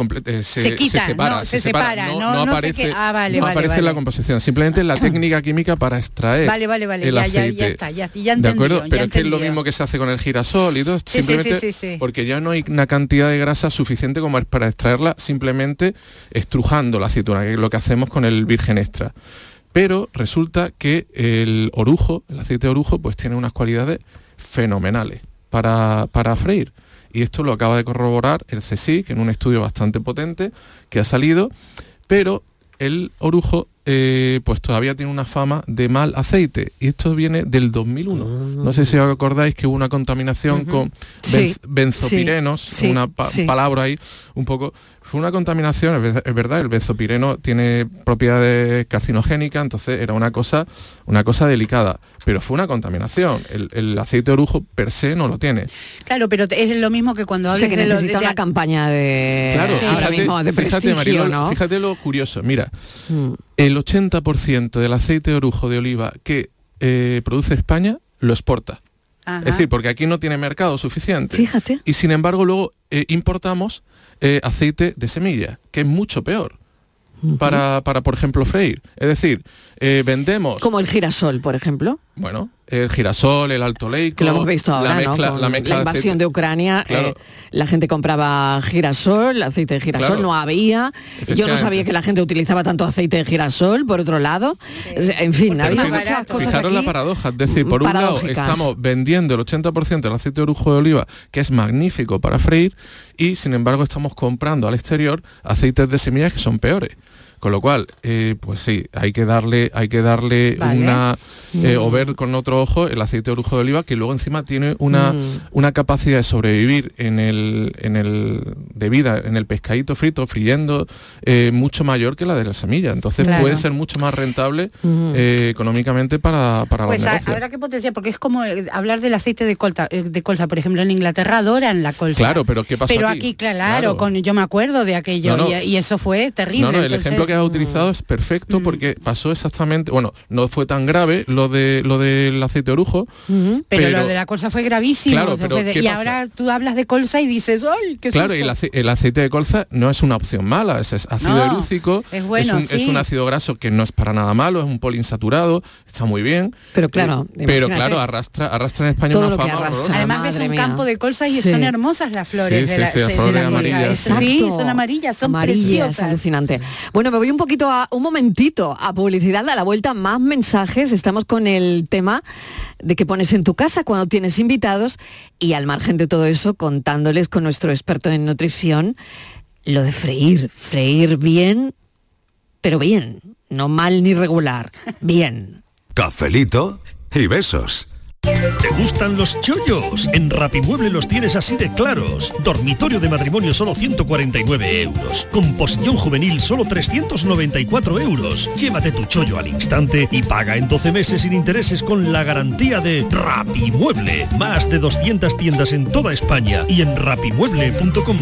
G: se separa, no aparece, aparece en la composición, simplemente en la técnica química para extraer el aceite.
H: Ya está, ya entendí.
G: ¿De acuerdo? Pero es que es lo mismo que se hace con el girasol y todo, simplemente porque ya no hay una cantidad de grasa suficiente como para extraerla simplemente estrujando la aceituna, que es lo que hacemos con el virgen extra. Pero resulta que el aceite de orujo, pues tiene unas cualidades fenomenales para freír. Y esto lo acaba de corroborar el CSIC en un estudio bastante potente que ha salido, pero el orujo pues todavía tiene una fama de mal aceite. Y esto viene del 2001. No sé si os acordáis que hubo una contaminación con benzopirenos, una palabra ahí un poco, fue una contaminación, es verdad, el benzopireno tiene propiedades carcinogénicas, entonces era una cosa delicada, pero fue una contaminación. El aceite de orujo per se no lo tiene.
H: Claro, pero es lo mismo que cuando hablas
E: que necesita una campaña de,
G: claro,
E: ahora mismo de prestigio,
G: Mariló,
E: ¿no?
G: Fíjate lo curioso, mira, el 80% del aceite de orujo de oliva que produce España lo exporta. Ajá. Es decir, porque aquí no tiene mercado suficiente.
E: Fíjate.
G: Y sin embargo luego importamos aceite de semilla, que es mucho peor. Para, por ejemplo, freír. Es decir, vendemos...
E: Como el girasol, por ejemplo.
G: Bueno, el girasol, el alto leico...
E: Que lo hemos visto ahora,
G: la mezcla
E: la invasión de Ucrania, claro. La gente compraba girasol, aceite de girasol, claro. No había. Yo no sabía que la gente utilizaba tanto aceite de girasol, por otro lado. En fin, ha habido muchas cosas.
G: Fijaros la paradoja, es decir, por un lado estamos vendiendo el 80% del aceite de orujo de oliva, que es magnífico para freír, y sin embargo estamos comprando al exterior aceites de semillas que son peores. Con lo cual, pues sí, hay que darle vale. O ver con otro ojo el aceite de orujo de oliva, que luego encima tiene una capacidad de sobrevivir en el pescadito frito, friendo, mucho mayor que la de la semilla. Entonces puede ser mucho más rentable económicamente para los negocios.
H: Habrá que potenciar, porque es como hablar del aceite de colza. Por ejemplo, en Inglaterra adoran la colza.
G: Claro, pero ¿qué pasó
H: aquí? Claro. Yo me acuerdo de aquello, y eso fue terrible.
G: No, el ejemplo que has utilizado es perfecto porque pasó exactamente, bueno, no fue tan grave lo del aceite de orujo,
H: pero lo de la colza fue gravísimo.
G: Claro, pero
H: y ahora tú hablas de colza y dices, ¡ay, qué
G: claro! Y el aceite de colza no es una opción mala, es ácido erúcico,
H: es bueno,
G: es un ácido graso que no es para nada malo, es un poliinsaturado, está muy bien.
E: Pero claro,
G: arrastra en España una fama horrorosa.
H: Además ves un campo de colza y son hermosas las flores de las
G: flores amarillas.
H: Sí, son amarillas, son preciosas.
E: Alucinante. Bueno, me voy un momentito a publicidad, a la vuelta más mensajes. Estamos con el tema de qué pones en tu casa cuando tienes invitados, y al margen de todo eso, contándoles con nuestro experto en nutrición lo de freír bien, pero bien, no mal ni regular, bien.
A: Cafelito y besos.
U: ¿Te gustan los chollos? En Rapimueble los tienes así de claros. Dormitorio de matrimonio solo 149 euros. Composición juvenil solo 394 euros. Llévate tu chollo al instante y paga en 12 meses sin intereses con la garantía de Rapimueble. Más de 200 tiendas en toda España y en rapimueble.com.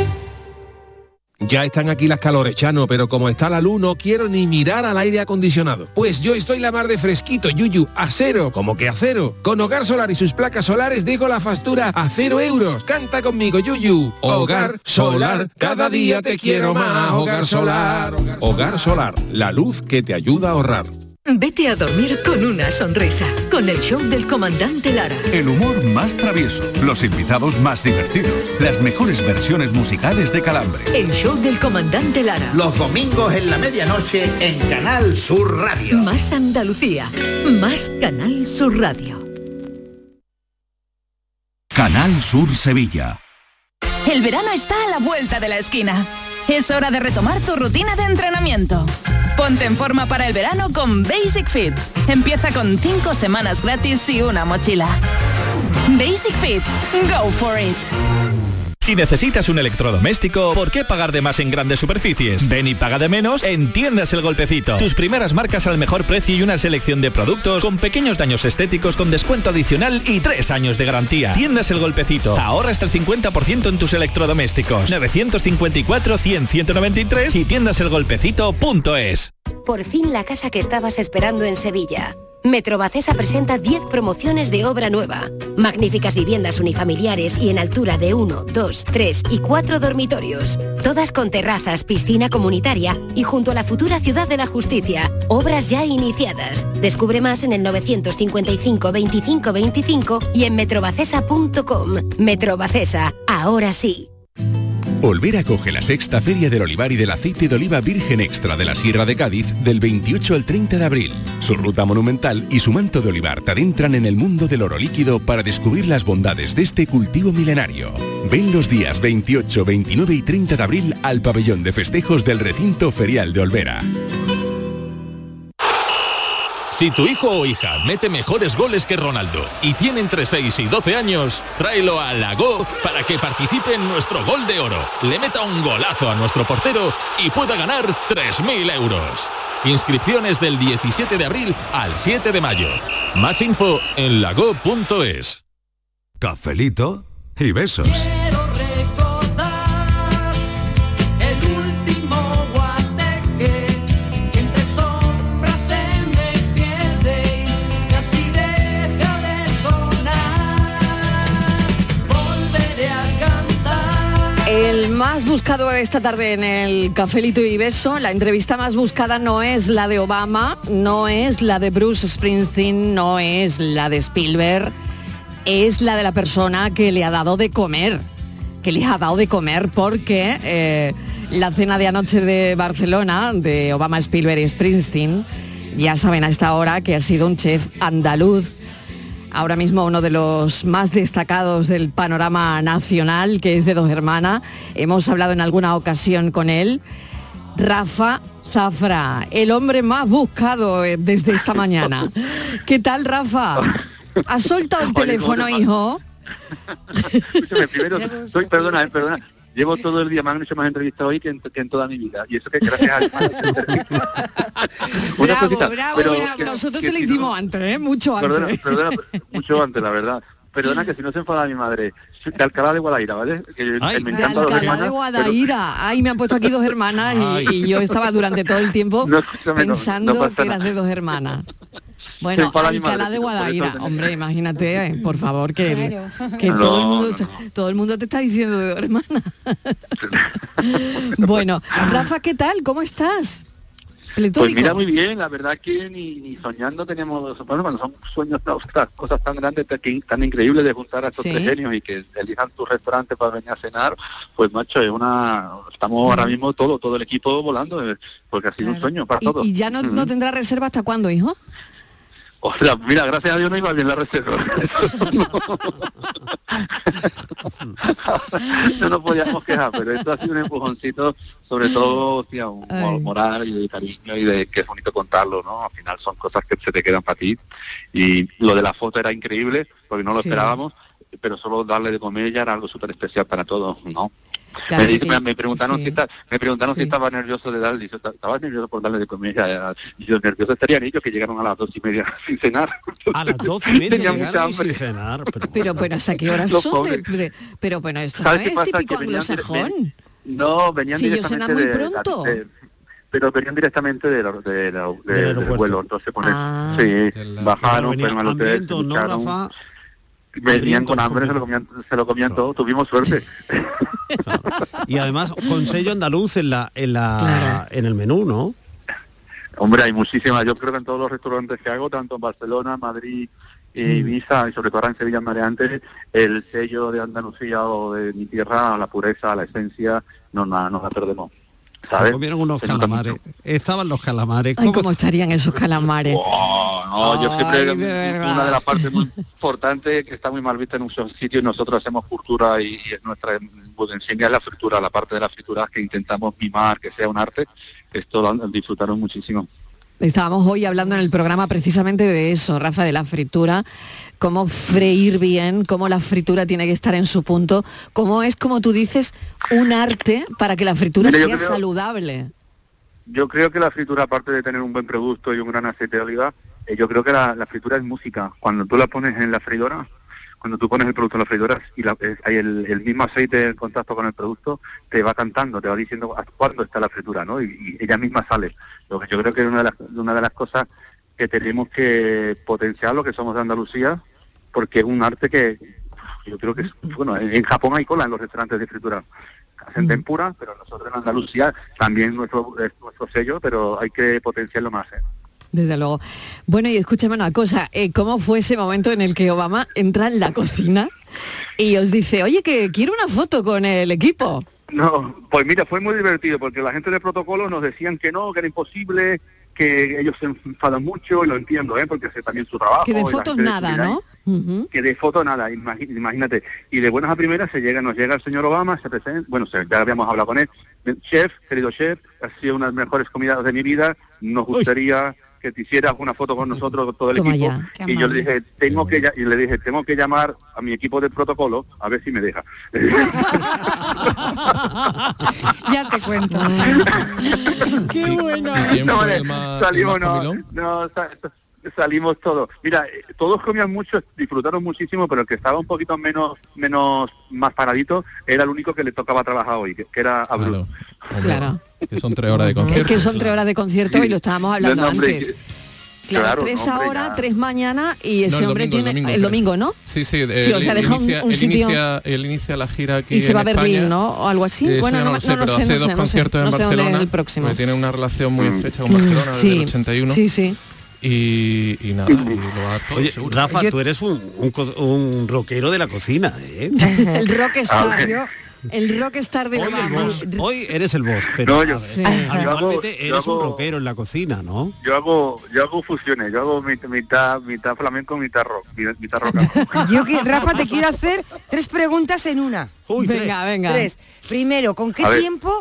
V: Ya están aquí las calores, Chano, pero como está la luz no quiero ni mirar al aire acondicionado. Pues yo estoy la mar de fresquito, Yuyu, a cero. ¿Cómo que a cero? Con Hogar Solar y sus placas solares dejo la factura a 0 euros. Canta conmigo, Yuyu. Hogar Solar, cada día te quiero más. Hogar Solar.
A: Hogar Solar, la luz que te ayuda a ahorrar.
B: Vete a dormir con una sonrisa, con el show del comandante Lara.
C: El humor más travieso, los invitados más divertidos, las mejores versiones musicales de Calambre.
B: El show del comandante Lara.
N: Los domingos en la medianoche en Canal Sur Radio.
B: Más Andalucía, más Canal Sur Radio.
C: Canal Sur Sevilla.
W: El verano está a la vuelta de la esquina. Es hora de retomar tu rutina de entrenamiento. Ponte en forma para el verano con Basic Fit. Empieza con 5 semanas gratis y una mochila. Basic Fit. Go for it.
Q: Si necesitas un electrodoméstico, ¿por qué pagar de más en grandes superficies? Ven y paga de menos en Tiendas El Golpecito. Tus primeras marcas al mejor precio y una selección de productos con pequeños daños estéticos con descuento adicional y 3 años de garantía. Tiendas El Golpecito. Ahorra hasta el 50% en tus electrodomésticos. 954-100-193 y tiendaselgolpecito.es.
X: Por fin la casa que estabas esperando en Sevilla. Metrobacesa presenta 10 promociones de obra nueva. Magníficas viviendas unifamiliares y en altura de 1, 2, 3 y 4 dormitorios. Todas con terrazas, piscina comunitaria y junto a la futura Ciudad de la Justicia. Obras ya iniciadas. Descubre más en el 955 25 25 y en metrobacesa.com. Metrobacesa, ahora sí.
Y: Olvera acoge la 6ª Feria del Olivar y del Aceite de Oliva Virgen Extra de la Sierra de Cádiz del 28 al 30 de abril. Su ruta monumental y su manto de olivar te adentran en el mundo del oro líquido para descubrir las bondades de este cultivo milenario. Ven los días 28, 29 y 30 de abril al pabellón de festejos del recinto ferial de Olvera.
D: Si tu hijo o hija mete mejores goles que Ronaldo y tiene entre 6 y 12 años, tráelo a La Go para que participe en nuestro Gol de Oro, le meta un golazo a nuestro portero y pueda ganar 3.000 euros. Inscripciones del 17 de abril al 7 de mayo. Más info en lago.es.
C: Cafelito y besos.
E: El más buscado esta tarde en el Cafelito y Beso, la entrevista más buscada no es la de Obama, no es la de Bruce Springsteen, no es la de Spielberg, es la de la persona que le ha dado de comer, porque la cena de anoche de Barcelona, de Obama, Spielberg y Springsteen, ya saben a esta hora que ha sido un chef andaluz, ahora mismo uno de los más destacados del panorama nacional, que es de Dos Hermanas. Hemos hablado en alguna ocasión con él. Rafa Zafra, el hombre más buscado desde esta mañana. ¿Qué tal, Rafa? ¿Has soltado el teléfono, hijo?
F: Escúchame, primero, perdona. Llevo todo el día, me han hecho más entrevistas hoy que en toda mi vida. Y eso que gracias a...
E: Bravo. Nosotros te lo hicimos antes, mucho antes.
F: Perdona, mucho antes, la verdad. Perdona que si no se enfada mi madre. De Alcalá de Guadaira, ¿vale? Que me encanta Dos Hermanas,
E: de Guadaira. Pero... Ay, me han puesto aquí Dos Hermanas y yo estaba durante todo el tiempo pensando que eras de Dos Hermanas. Bueno, Alcalá de Guadaira, hombre, imagínate, por favor, que todo el mundo te está diciendo de Dos Hermanas. Bueno, Rafa, ¿qué tal? ¿Cómo estás? Pletórico.
F: Pues mira, muy bien, la verdad que ni soñando teníamos, bueno, cuando son sueños, cosas tan grandes, tan increíbles de juntar a estos tres genios y que elijan tu restaurante para venir a cenar, pues macho, estamos ahora mismo todo el equipo volando, porque ha sido un sueño para todos.
E: ¿Y ya no tendrá reserva hasta cuándo, hijo?
F: O sea, mira, gracias a Dios no iba bien la reserva. No nos podíamos quejar, pero esto ha sido un empujoncito, sobre todo, hostia, moral y de cariño y de que es bonito contarlo, ¿no? Al final son cosas que se te quedan para ti. Y lo de la foto era increíble, porque no lo esperábamos, pero solo darle de comer ya era algo súper especial para todos, ¿no? Claro, me preguntaron si estaba nervioso de darle, estaba nervioso por darle de comer, y yo nervioso estarían ellos que llegaron a las 2:30 sin cenar.
I: A las 2:30 llegaron sin cenar.
E: Pero ¿hasta qué horas son? Pero bueno, esto no es típico anglosajón.
F: No, venían directamente
E: muy pronto.
F: Pero venían directamente del vuelo, entonces bajaron, fueron al hotel,
I: ¿no, Rafa?
F: Venían con hambre, se lo comían todo, tuvimos suerte.
I: Y además con sello andaluz en el menú, ¿no?
F: Hombre, hay muchísimas. Yo creo que en todos los restaurantes que hago, tanto en Barcelona, Madrid, Ibiza y sobre todo ahora en Sevilla, Mareantes, el sello de Andalucía o de mi tierra, la pureza, la esencia, no la perdemos. ¿Sabes?
I: Comieron unos calamares. Estaban los calamares.
E: ¿Cómo estarían esos calamares?
F: Yo siempre, una de las partes muy importantes que está muy mal vista en muchos sitios, nosotros hacemos fritura y es nuestra enseña es la fritura, la parte de la fritura que intentamos mimar, que sea un arte. Esto lo disfrutaron muchísimo.
E: Estábamos hoy hablando en el programa precisamente de eso, Rafa, de la fritura, cómo freír bien, cómo la fritura tiene que estar en su punto, cómo es, como tú dices, un arte para que la fritura sea saludable.
F: Yo creo que la fritura, aparte de tener un buen producto y un gran aceite de oliva, yo creo que la fritura es música. Cuando tú la pones en la freidora, cuando tú pones el producto en la freidora y hay el mismo aceite en contacto con el producto, te va cantando, te va diciendo cuándo está la fritura, ¿no? Y ella misma sale. Lo que yo creo que es una de las cosas que tenemos que potenciar, lo que somos de Andalucía, porque es un arte que yo creo que es, bueno, en Japón hay cola en los restaurantes de fritura. Hacen tempura, pero nosotros en Andalucía también es nuestro sello, pero hay que potenciarlo más, ¿eh?
E: Desde luego. Bueno, y escúchame una cosa, ¿cómo fue ese momento en el que Obama entra en la cocina y os dice, oye, que quiero una foto con el equipo?
F: No, pues mira, fue muy divertido, porque la gente de protocolo nos decían que no, que era imposible, que ellos se enfadan mucho, y lo entiendo, porque es también su trabajo.
E: Que de fotos nada, ¿no?
F: Que de fotos nada, imagínate. Y de buenas a primeras nos llega el señor Obama, se presenta, bueno, ya habíamos hablado con él, chef, querido chef, ha sido una de las mejores comidas de mi vida, nos gustaría que te hicieras una foto con nosotros, todo el equipo. Y yo le dije, tengo que llamar a mi equipo de protocolo a ver si me deja.
E: Ya te cuento. Qué bueno.
F: Salimos todos. Mira, todos comían mucho, disfrutaron muchísimo, pero el que estaba un poquito más paradito era el único que le tocaba trabajar hoy, que era a Bruno.
E: Claro.
G: Que son 3 horas de concierto.
E: Es que son 3 horas de concierto y lo estábamos hablando antes. Claro, 3
F: hombre,
E: ahora,
F: ya.
E: 3 mañana y ese hombre tiene el domingo, ¿no?
G: Sí,
E: o sea, deja un sitio.
G: Él inicia la gira aquí
E: y se va a
G: España.
E: Berlín, ¿no? O algo así.
G: Bueno, no lo sé, pero hace 2 conciertos en Barcelona.
E: El próximo.
G: Tiene una relación muy estrecha con Barcelona desde el 81.
E: Sí.
G: Y nada, y lo va a todo.
I: Oye,
G: seguro.
I: Rafa, tú eres un rockero de la cocina, ¿eh?
E: El rockstar. El rockstar de
I: Hoy eres el boss, pero
F: habitualmente
I: eres un rockero en la cocina, ¿no?
F: Yo hago fusiones, yo hago mitad flamenco, mitad rock.
K: Rafa, te quiero hacer 3 preguntas en una.
E: Uy, venga.
K: 3. Primero, ¿con qué tiempo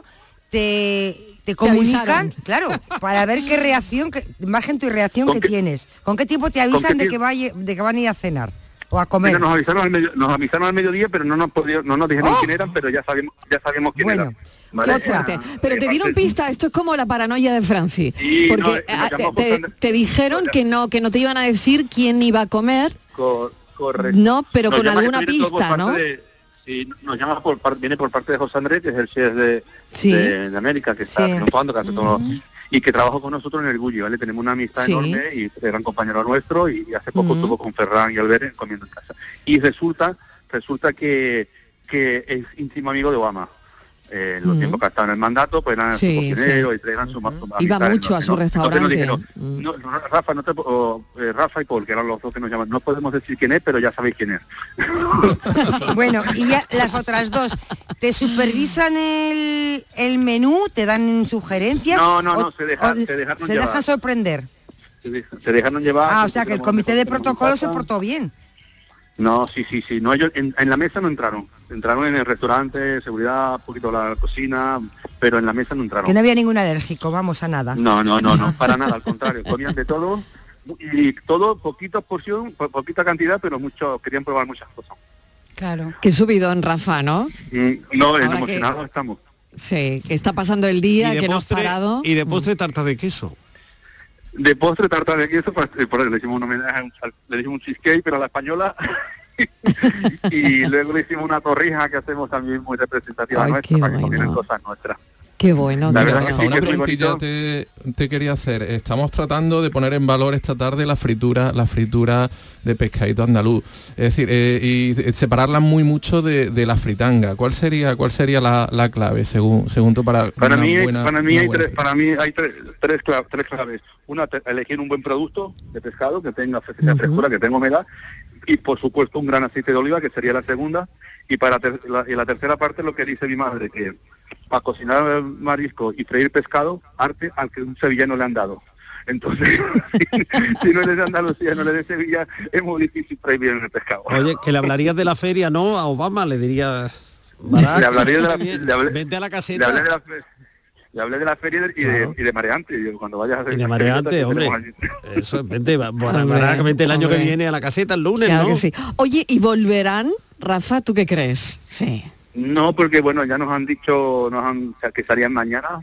K: te comunican? Claro, para ver qué reacción, margen tu reacción que tienes. ¿Con qué tiempo te avisan de que van a ir a cenar? O a comer.
F: Pero nos avisaron al mediodía, pero no nos dijeron quién eran, pero ya sabíamos quién eran. ¿Vale?
E: Pero te dieron pista, esto es como la paranoia de Franci, porque te dijeron que no te iban a decir quién iba a comer.
F: Correcto.
E: No, pero con alguna pista, ¿no?
F: Sí, nos llama viene por parte de José Andrés, que es el chef de América, que está triunfando, que hace todo, y que trabaja con nosotros en el Gulli, ¿vale? Tenemos una amistad enorme y es gran compañero nuestro, y hace poco estuvo con Ferran y Albert comiendo en casa. Y resulta que es íntimo amigo de Obama. Los tiempos que ha estado en el mandato, pues eran su cocinero y eran su
E: iba mucho a su restaurante.
F: Nos dijeron, Rafa y Paul, que eran los dos que nos llaman, no podemos decir quién es, pero ya sabéis quién es.
K: Bueno, y ya las otras 2, ¿te supervisan el menú? ¿Te dan sugerencias?
F: No, se
K: dejan sorprender.
F: Se dejaron llevar.
K: O sea que el comité de protocolo se portó bien.
F: No, sí. No, ellos en la mesa no entraron. Entraron en el restaurante, seguridad, un poquito la cocina, pero en la mesa no entraron.
K: Que no había ningún alérgico, vamos a nada.
F: No, para nada, al contrario. Comían de todo y todo, poquita porción, poquita cantidad, pero querían probar muchas cosas.
E: Claro. Qué subidón, Rafa, ¿no?
F: Emocionados estamos.
E: Sí, que está pasando el día, que no has parado.
I: Y de postre tarta de queso.
F: De postre tarta de queso, por eso le hicimos un homenaje, le hicimos un cheesecake, pero a la española. Y luego le hicimos una torrija que hacemos también muy representativa nuestra, para que comieran cosas nuestras.
E: Qué bueno.
G: La verdad que una preguntilla te quería hacer. Estamos tratando de poner en valor esta tarde la fritura de pescadito andaluz. Es decir, y separarla muy mucho de la fritanga. ¿Cuál sería la clave según tú para mí
F: hay tres claves. Una, elegir un buen producto de pescado que tenga frescura, que tenga humedad, y por supuesto un gran aceite de oliva, que sería la segunda. Y la tercera parte, lo que dice mi madre, que para cocinar marisco y freír pescado, arte al que un sevillano le han dado. Entonces, si no eres de Andalucía, no eres de Sevilla, es muy difícil freír bien el pescado.
I: Oye, que le hablarías de la feria, ¿no? A Obama le dirías...
F: Le hablaría
I: vente a la caseta.
F: Le hablé de la feria y de mareante. Yo, cuando vayas a hacer...
I: Y de mareante, hombre. Eso, vente el año que viene a la caseta el lunes,
E: claro,
I: ¿no?
E: Que sí. Oye, ¿y volverán, Rafa? ¿Tú qué crees? Sí.
F: No, porque bueno, ya nos han dicho que estarían mañana.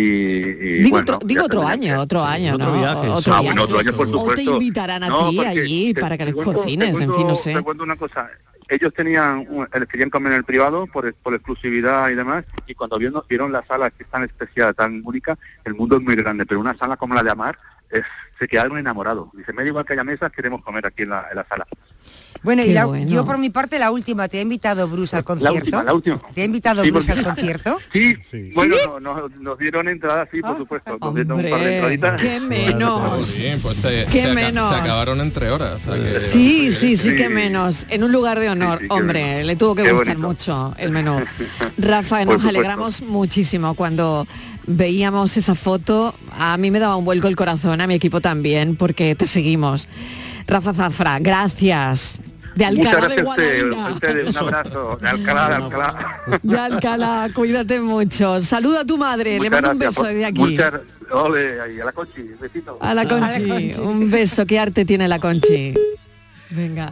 F: Digo
E: otro año, ¿no? Otro viaje,
F: otro año, por supuesto.
E: O te invitarán a ti allí para que les cocines, en fin, no sé.
F: Te cuento una cosa. Ellos querían comer en el privado por exclusividad y demás, y cuando vieron la sala, que es tan especial, tan única, el mundo es muy grande, pero una sala como la de Amar, se quedaron enamorados. Dice, medio igual que haya mesas, queremos comer aquí en la sala.
K: Bueno, yo por mi parte la última, ¿te ha invitado Bruce al concierto?
F: La última.
K: ¿Te ha invitado Bruce al concierto?
F: Sí. Bueno, nos dieron entrada, sí, por supuesto.
E: Hombre, qué menos.
G: Bien, pues se acabaron en 3 horas. O sea que,
E: sí, qué menos. En un lugar de honor, hombre, le tuvo que gustar mucho el menú. Rafa, nos alegramos muchísimo cuando veíamos esa foto. A mí me daba un vuelco el corazón, a mi equipo también, porque te seguimos. Rafa Zafra, gracias. De Alcalá de Guadaira.
F: Un abrazo. De Alcalá.
E: De Alcalá, cuídate mucho. Saluda a tu madre, le mando un beso desde aquí.
F: Ole, ahí, a la Conchi, besito.
E: A la Conchi, un beso, qué arte tiene la Conchi. Venga.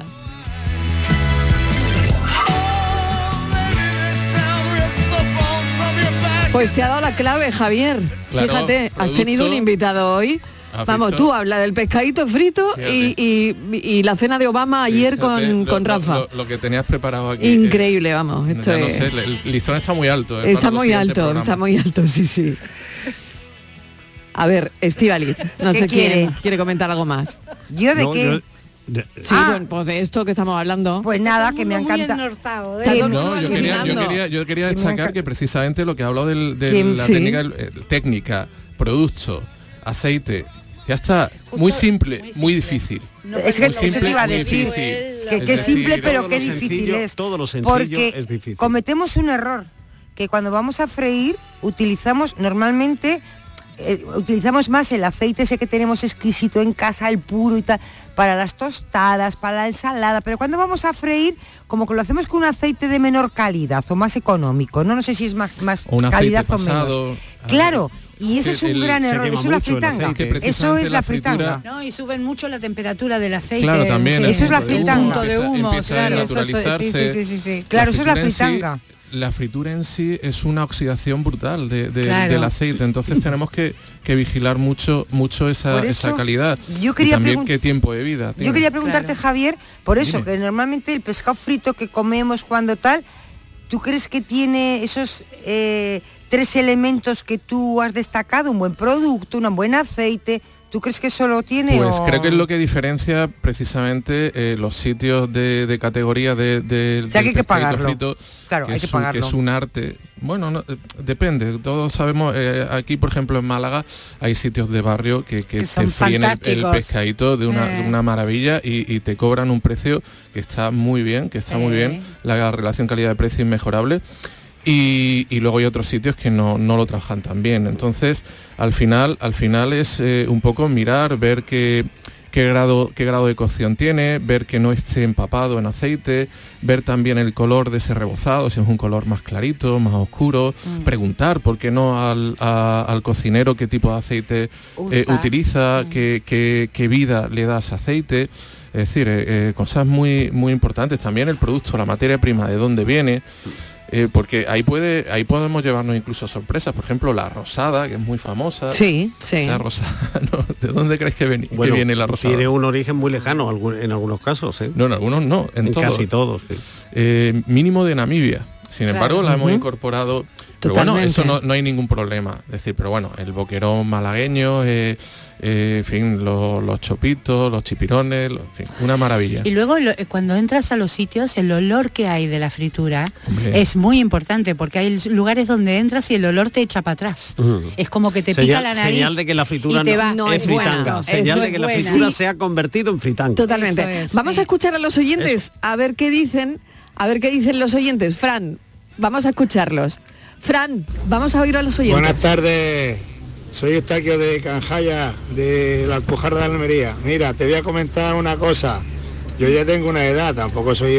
E: Pues te ha dado la clave, Javier.
G: Claro,
E: fíjate, has tenido un invitado hoy. Vamos, tú habla del pescadito frito y la cena de Obama ayer con Rafa.
G: Lo que tenías preparado aquí.
E: Increíble, vamos. Esto
G: no
E: es...
G: sé, el listón está muy alto.
E: Está muy alto, sí. A ver, Estíbaliz, no sé quién quiere comentar algo más.
K: ¿Yo de qué?
E: Sí, bueno, pues de esto que estamos hablando.
K: Pues nada, que me encanta.
G: Yo quería destacar que precisamente lo que ha hablado de la técnica, producto, aceite, ya está, muy simple, muy difícil.
K: Es que eso te iba a decir, que es simple pero qué difícil es.
I: Todo lo sencillo es difícil.
K: Cometemos un error, que cuando vamos a freír utilizamos normalmente... utilizamos más el aceite ese que tenemos exquisito en casa, el puro y tal, para las tostadas, para la ensalada, pero cuando vamos a freír, como que lo hacemos con un aceite de menor calidad o más económico, no sé si es más calidad o menos. Claro, y ese es un gran error, eso es la fritanga. Eso es la fritanga.
H: No, y suben mucho la temperatura del aceite.
G: Claro, también.
K: Eso es la fritanga.
H: De humo, claro.
K: Sí. Claro, eso es la fritanga.
G: La fritura en sí es una oxidación brutal del aceite, entonces tenemos que vigilar mucho esa calidad.
K: Yo quería
G: y también qué tiempo de vida tiene.
K: Yo quería preguntarte, Javier, por eso, que normalmente el pescado frito que comemos cuando tal, ¿tú crees que tiene esos 3 elementos que tú has destacado? Un buen producto, un buen aceite... ¿Tú crees que eso lo tiene?
G: Pues creo que es lo que diferencia precisamente los sitios de categoría del
K: que hay que pagarlo.
G: Frito,
K: claro, hay que pagarlo.
G: Que es un arte. Bueno, no, depende. Todos sabemos, aquí por ejemplo en Málaga hay sitios de barrio que te fríen el pescadito de una maravilla y te cobran un precio que está muy bien, muy bien. La relación calidad-precio inmejorable. Y luego hay otros sitios que no lo trabajan tan bien. Entonces, al final es un poco mirar, ver qué grado de cocción tiene, ver que no esté empapado en aceite, ver también el color de ese rebozado, si es un color más clarito, más oscuro, preguntar, ¿por qué no al cocinero qué tipo de aceite utiliza, qué vida le da a ese aceite? Es decir, cosas muy, muy importantes. También el producto, la materia prima, de dónde viene. Porque ahí podemos llevarnos incluso sorpresas. Por ejemplo, la rosada, que es muy famosa.
E: Sí.
G: Esa rosada, ¿no? ¿De dónde crees que viene la rosada?
I: Tiene un origen muy lejano en algunos casos.
G: No, en algunos no, en todos.
I: Casi todos. Sí.
G: Mínimo de Namibia. Sin embargo, la hemos incorporado. Pero bueno, eso no hay ningún problema. Es decir, pero bueno, el boquerón malagueño, en fin, los chopitos, los chipirones, en fin, una maravilla.
H: Y luego cuando entras a los sitios, el olor que hay de la fritura es muy importante, porque hay lugares donde entras y el olor te echa para atrás. Es como que te pica la nariz.
I: Señal de que la fritura no es fritanga. Señal de que la fritura se ha convertido en fritanga.
E: Totalmente. Vamos a escuchar a los oyentes, a ver qué dicen los oyentes. Fran, vamos a escucharlos. Fran, vamos a oír a los oyentes.
J: Buenas tardes. Soy Eustaquio de Canjaya, de la Alpujarra de Almería. Mira, te voy a comentar una cosa. Yo ya tengo una edad, tampoco soy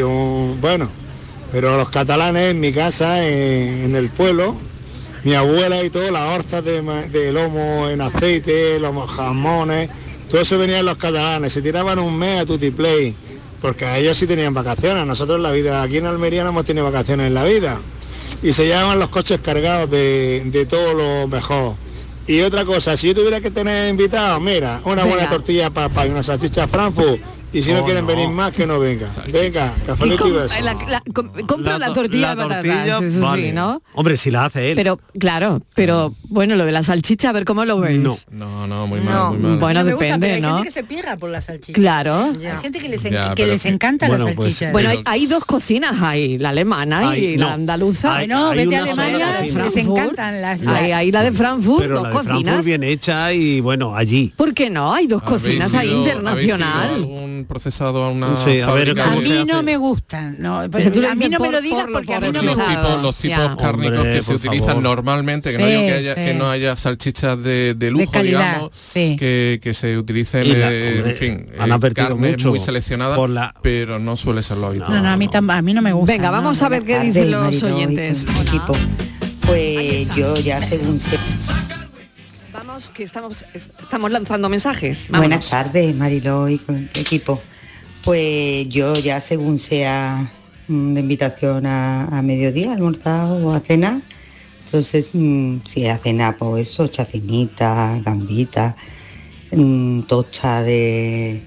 J: pero los catalanes en mi casa, en el pueblo, mi abuela y todo, las orzas de lomo en aceite, los jamones, todo eso venía de los catalanes. Se tiraban un mes a tutiplay, porque a ellos sí tenían vacaciones. Nosotros en la vida, aquí en Almería no hemos tenido vacaciones en la vida. Y se llevaban los coches cargados de todo lo mejor. Y otra cosa, si yo tuviera que tener invitados, mira, una buena tortilla papa y una salchicha Frankfurt, y si no quieren venir más, que no vengan. Venga, cafelito y beso.
E: Compro la tortilla de patatas, eso
I: vale.
E: Sí, ¿no?
I: Hombre, si la hace él.
E: Pero, claro, bueno, lo de la salchicha, a ver cómo lo veis.
G: No, muy mal.
E: Bueno, depende,
H: ¿no? Hay gente que se pierda por la salchicha. Claro. Hay gente que les encanta la salchicha.
E: Bueno, hay dos cocinas ahí, la alemana y la andaluza.
H: Vete a Alemania, les encantan las...
E: Hay la de Frankfurt,
I: pero
E: dos
I: la de
E: cocinas.
I: Frankfurt bien hecha y, bueno, allí.
E: ¿Por qué no? Hay dos cocinas ahí internacional.
G: Procesado a una
H: a mí no me gustan, pues a mí no me lo digas porque a mí no me gustan
G: los tipos cárnicos que se utilizan normalmente, que no digo que no haya salchichas de lujo, calidad, digamos, que se utilicen en fin, carne muy seleccionada, pero no suele ser lo habitual.
H: No, a mí no me gusta.
E: Venga, vamos a ver qué dicen los oyentes.
L: Pues yo ya según
E: vamos, que estamos lanzando mensajes. Vámonos.
L: Buenas tardes, Mariló y con el equipo. Pues yo ya según sea una invitación a mediodía, a almorzar o a cenar, entonces si es a cenar, pues eso, chacinita, gambita, torta de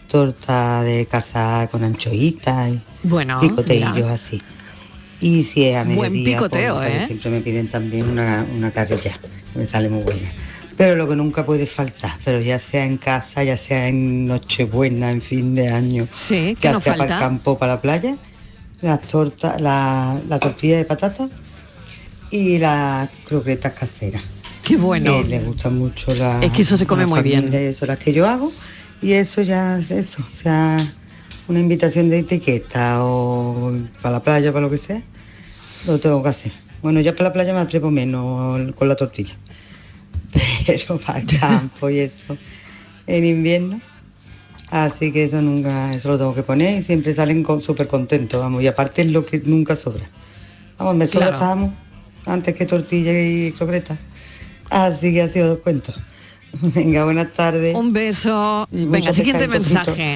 L: caza con anchoitas y picoteillos así. Y si es a mediodía,
E: buen picoteo,
L: pues, siempre me piden también una carrilla, que me sale muy buena. Pero lo que nunca puede faltar, pero ya sea en casa, ya sea en Nochebuena, en fin de año,
E: sí,
L: ya sea para el campo, para la playa, las tortas, la tortilla de patata y las croquetas caseras.
E: Qué bueno.
L: Les gustan mucho
E: es que eso se come muy bien.
L: Eso, las que yo hago, y eso ya es eso, o sea, una invitación de etiqueta o para la playa, para lo que sea, lo tengo que hacer. Bueno, ya para la playa me atrevo menos con la tortilla, pero para el campo y eso, en invierno, así que eso lo tengo que poner y siempre salen súper contentos, vamos, y aparte es lo que nunca sobra. Vamos, me sobra, estábamos antes que tortilla y croquetas, así que ha sido 2 cuentos. Venga, buenas tardes.
E: Un beso. Venga, siguiente mensaje.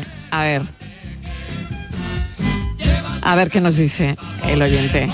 E: A ver qué nos dice el oyente.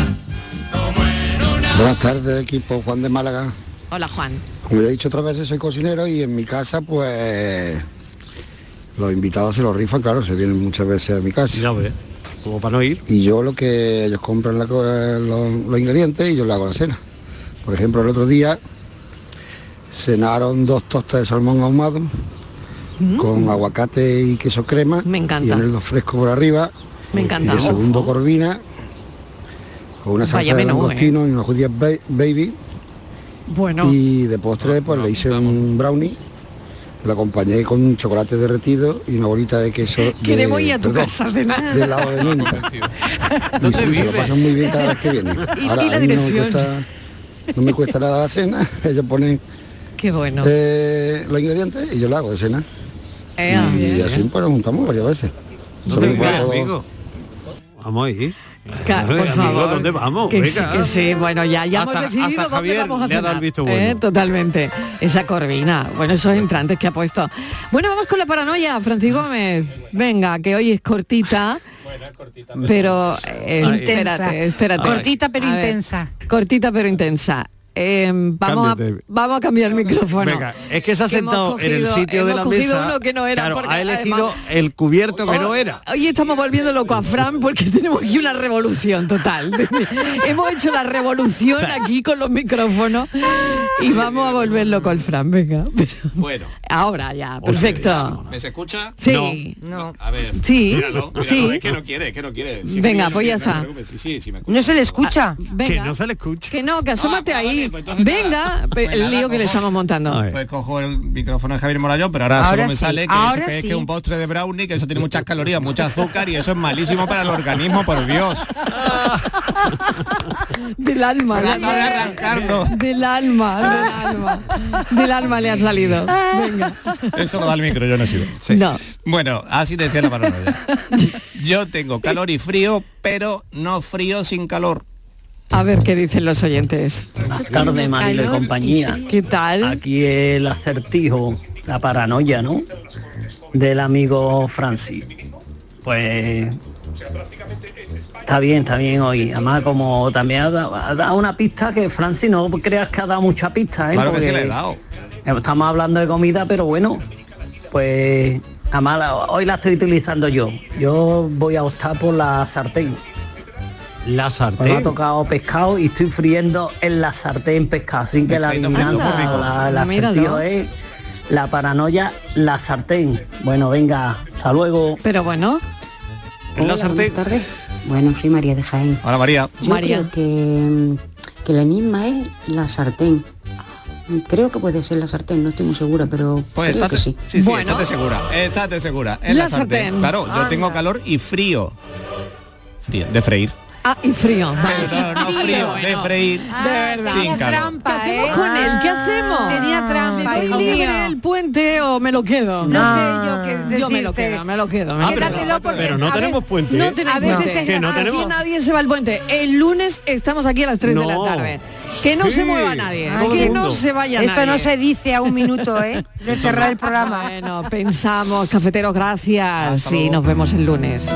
M: Buenas tardes, equipo. Juan de Málaga.
E: Hola, Juan.
M: Como ya he dicho otras veces, soy cocinero y en mi casa, pues, los invitados se los rifan, claro, se vienen muchas veces a mi casa.
I: Ya ves, como para no ir.
M: Y yo lo que ellos compran los ingredientes y yo le hago la cena. Por ejemplo, el otro día cenaron 2 tostas de salmón ahumado con aguacate y queso crema.
E: Me encanta.
M: Y eneldo fresco por arriba.
E: Me encanta.
M: Y de segundo corvina con una salsa de langostino y unas judías baby.
E: Bueno.
M: Y de postre pues le hice un brownie, lo acompañé con chocolate derretido y una bolita de queso
E: Queremos ir a tu casa de nada.
M: De helado de menta. Y sí, se lo pasan muy bien cada vez que vienen. Ahora
E: ¿Y la
M: a mí
E: dirección?
M: no me cuesta nada la cena, ellos ponen
E: qué bueno
M: los ingredientes y yo lo hago de cena. Y así pues nos juntamos varias veces.
I: Amigo. Vamos a ir.
E: Por favor,
I: ¿dónde vamos?
E: Que sí, bueno, ya hemos decidido dónde vamos a cenar. Totalmente. Esa corvina, bueno, esos entrantes que ha puesto. Bueno, vamos con la paranoia, Francis Gómez. Venga, que hoy es cortita. Bueno, cortita, pero espérate.
H: Cortita pero intensa.
E: Cortita pero intensa. Vamos a cambiar el micrófono.
I: Venga, es que se ha sentado en el sitio de la mesa.
E: Uno que no era,
I: claro, ha elegido el cubierto que no era.
E: Hoy estamos volviendo loco a Fran porque tenemos aquí una revolución total. Hemos hecho la revolución aquí con los micrófonos y vamos a volver loco al Fran. Venga.
I: Bueno.
E: Ahora ya, perfecto.
O: ¿Me se escucha?
E: Sí.
O: No. A ver.
E: Sí.
O: Míralo,
E: sí.
O: Es que no quiere.
E: Si venga, pues ya está.
O: Sí, me
K: no se le escucha.
E: Venga.
I: Que no se le escucha.
E: Que no, que asómate ahí. Pues venga, el lío que le estamos montando.
O: Pues cojo el micrófono de Javier Morayón, pero ahora solo me sale que es que un postre de brownie, que eso tiene muchas calorías, mucha azúcar y eso es malísimo para el organismo, por Dios.
E: Del alma. Del alma le ha salido. Venga.
O: Eso lo da el micro, yo no he sido.
E: Sí. No.
O: Bueno, así decía la paranoia. Yo tengo calor y frío, pero no frío sin calor.
E: A ver qué dicen los oyentes.
P: Buenas tardes, Marilo y compañía.
E: ¿Qué tal?
P: Aquí el acertijo, la paranoia, ¿no? Del amigo Francis. Pues está bien hoy. Además, como también ha dado una pista que Francis no creas que ha dado mucha pista, ¿eh?
O: Claro que sí le he dado.
P: Estamos hablando de comida, pero bueno, pues además hoy la estoy utilizando yo. Yo voy a optar por la sartén.
I: La sartén.
P: Me ha tocado pescado y estoy friendo en la sartén pescado, así que la adivinanza, la acertijo es la paranoia, la sartén. Bueno, venga, hasta luego.
E: Pero bueno.
I: ¿En la sartén?
R: Buenas tardes. Bueno, soy María de Jaén.
O: Hola, María.
R: Yo creo que la enigma es la sartén. Creo que puede ser la sartén, no estoy muy segura, pero
O: pues
R: creo que sí.
O: Sí, bueno, estate segura. Es la sartén. Claro, yo tengo calor y frío. De freír.
E: Ah, y frío.
O: Pero no frío, de freír.
E: De verdad.
O: Sin calor.
H: Trampa,
E: ¿Qué hacemos con él? ¿Qué hacemos?
H: Tenía trampa,
E: ¿Le
H: hijo
E: doy libre
H: mío.
E: el puente o me lo quedo?
H: No sé yo qué decirte.
E: Yo me lo quedo.
H: Quédatelo porque
I: Pero no
H: a
I: tenemos
H: veces-
I: puente.
E: No tenemos
H: A veces
E: puente.
H: es
I: que no
E: Aquí
I: tenemos.
E: nadie se va al puente. El lunes estamos aquí a las 3 de la
I: No.
E: tarde. Que no
I: Sí.
E: se mueva nadie.
I: Todo el
E: Que
I: mundo.
E: no se vaya
K: Esto
E: nadie.
K: no se dice a un minuto, de cerrar el programa.
E: Bueno, pensamos, cafeteros, gracias. Y nos vemos el lunes.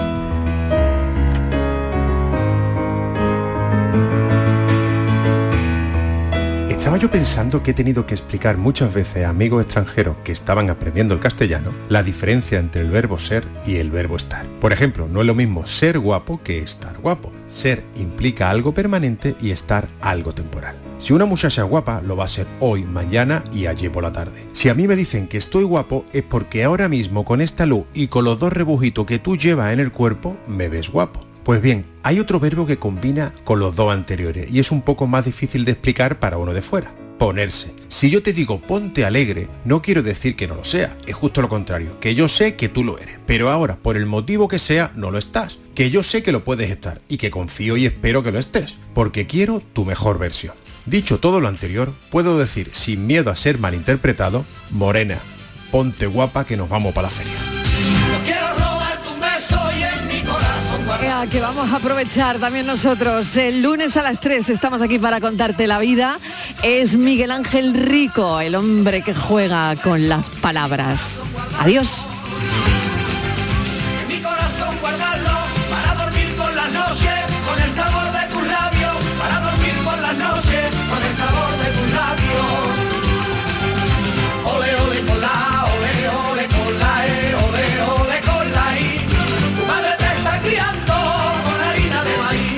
A: Estaba yo pensando que he tenido que explicar muchas veces a amigos extranjeros que estaban aprendiendo el castellano la diferencia entre el verbo ser y el verbo estar. Por ejemplo, no es lo mismo ser guapo que estar guapo. Ser implica algo permanente y estar algo temporal. Si una muchacha es guapa, lo va a ser hoy, mañana y ayer por la tarde. Si a mí me dicen que estoy guapo, es porque ahora mismo con esta luz y con los 2 rebujitos que tú llevas en el cuerpo, me ves guapo. Pues bien, hay otro verbo que combina con los 2 anteriores y es un poco más difícil de explicar para uno de fuera. Ponerse. Si yo te digo ponte alegre, no quiero decir que no lo sea, es justo lo contrario, que yo sé que tú lo eres, pero ahora, por el motivo que sea, no lo estás, que yo sé que lo puedes estar y que confío y espero que lo estés, porque quiero tu mejor versión. Dicho todo lo anterior, puedo decir, sin miedo a ser malinterpretado, morena, ponte guapa que nos vamos para la feria.
E: Que vamos a aprovechar también nosotros. El lunes a las 3 estamos aquí para contarte la vida. Es Miguel Ángel Rico, el hombre que juega con las palabras. Adiós.
S: Mi corazón guardarlo para dormir por las noches con el sabor de tus labios, para dormir por las noches con el sabor de tus labios. Ole, ole con la, ole, ole con la, ole, ole con la I. Tu madre te está criando con harina de maíz.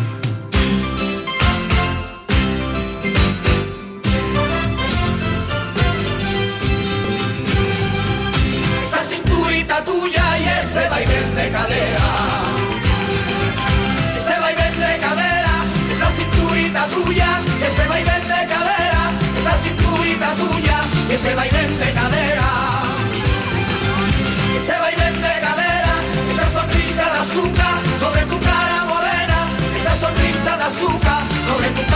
S: Esa cinturita tuya y ese vaivén de cadera. Ese vaivén de cadera, esa cinturita tuya, ese vaivén de cadera, esa cinturita tuya, ese vaivén de cadera. Ese vaivén de cadera, esa sonrisa de azúcar sobre tu cara morena, esa sonrisa de azúcar sobre tu cara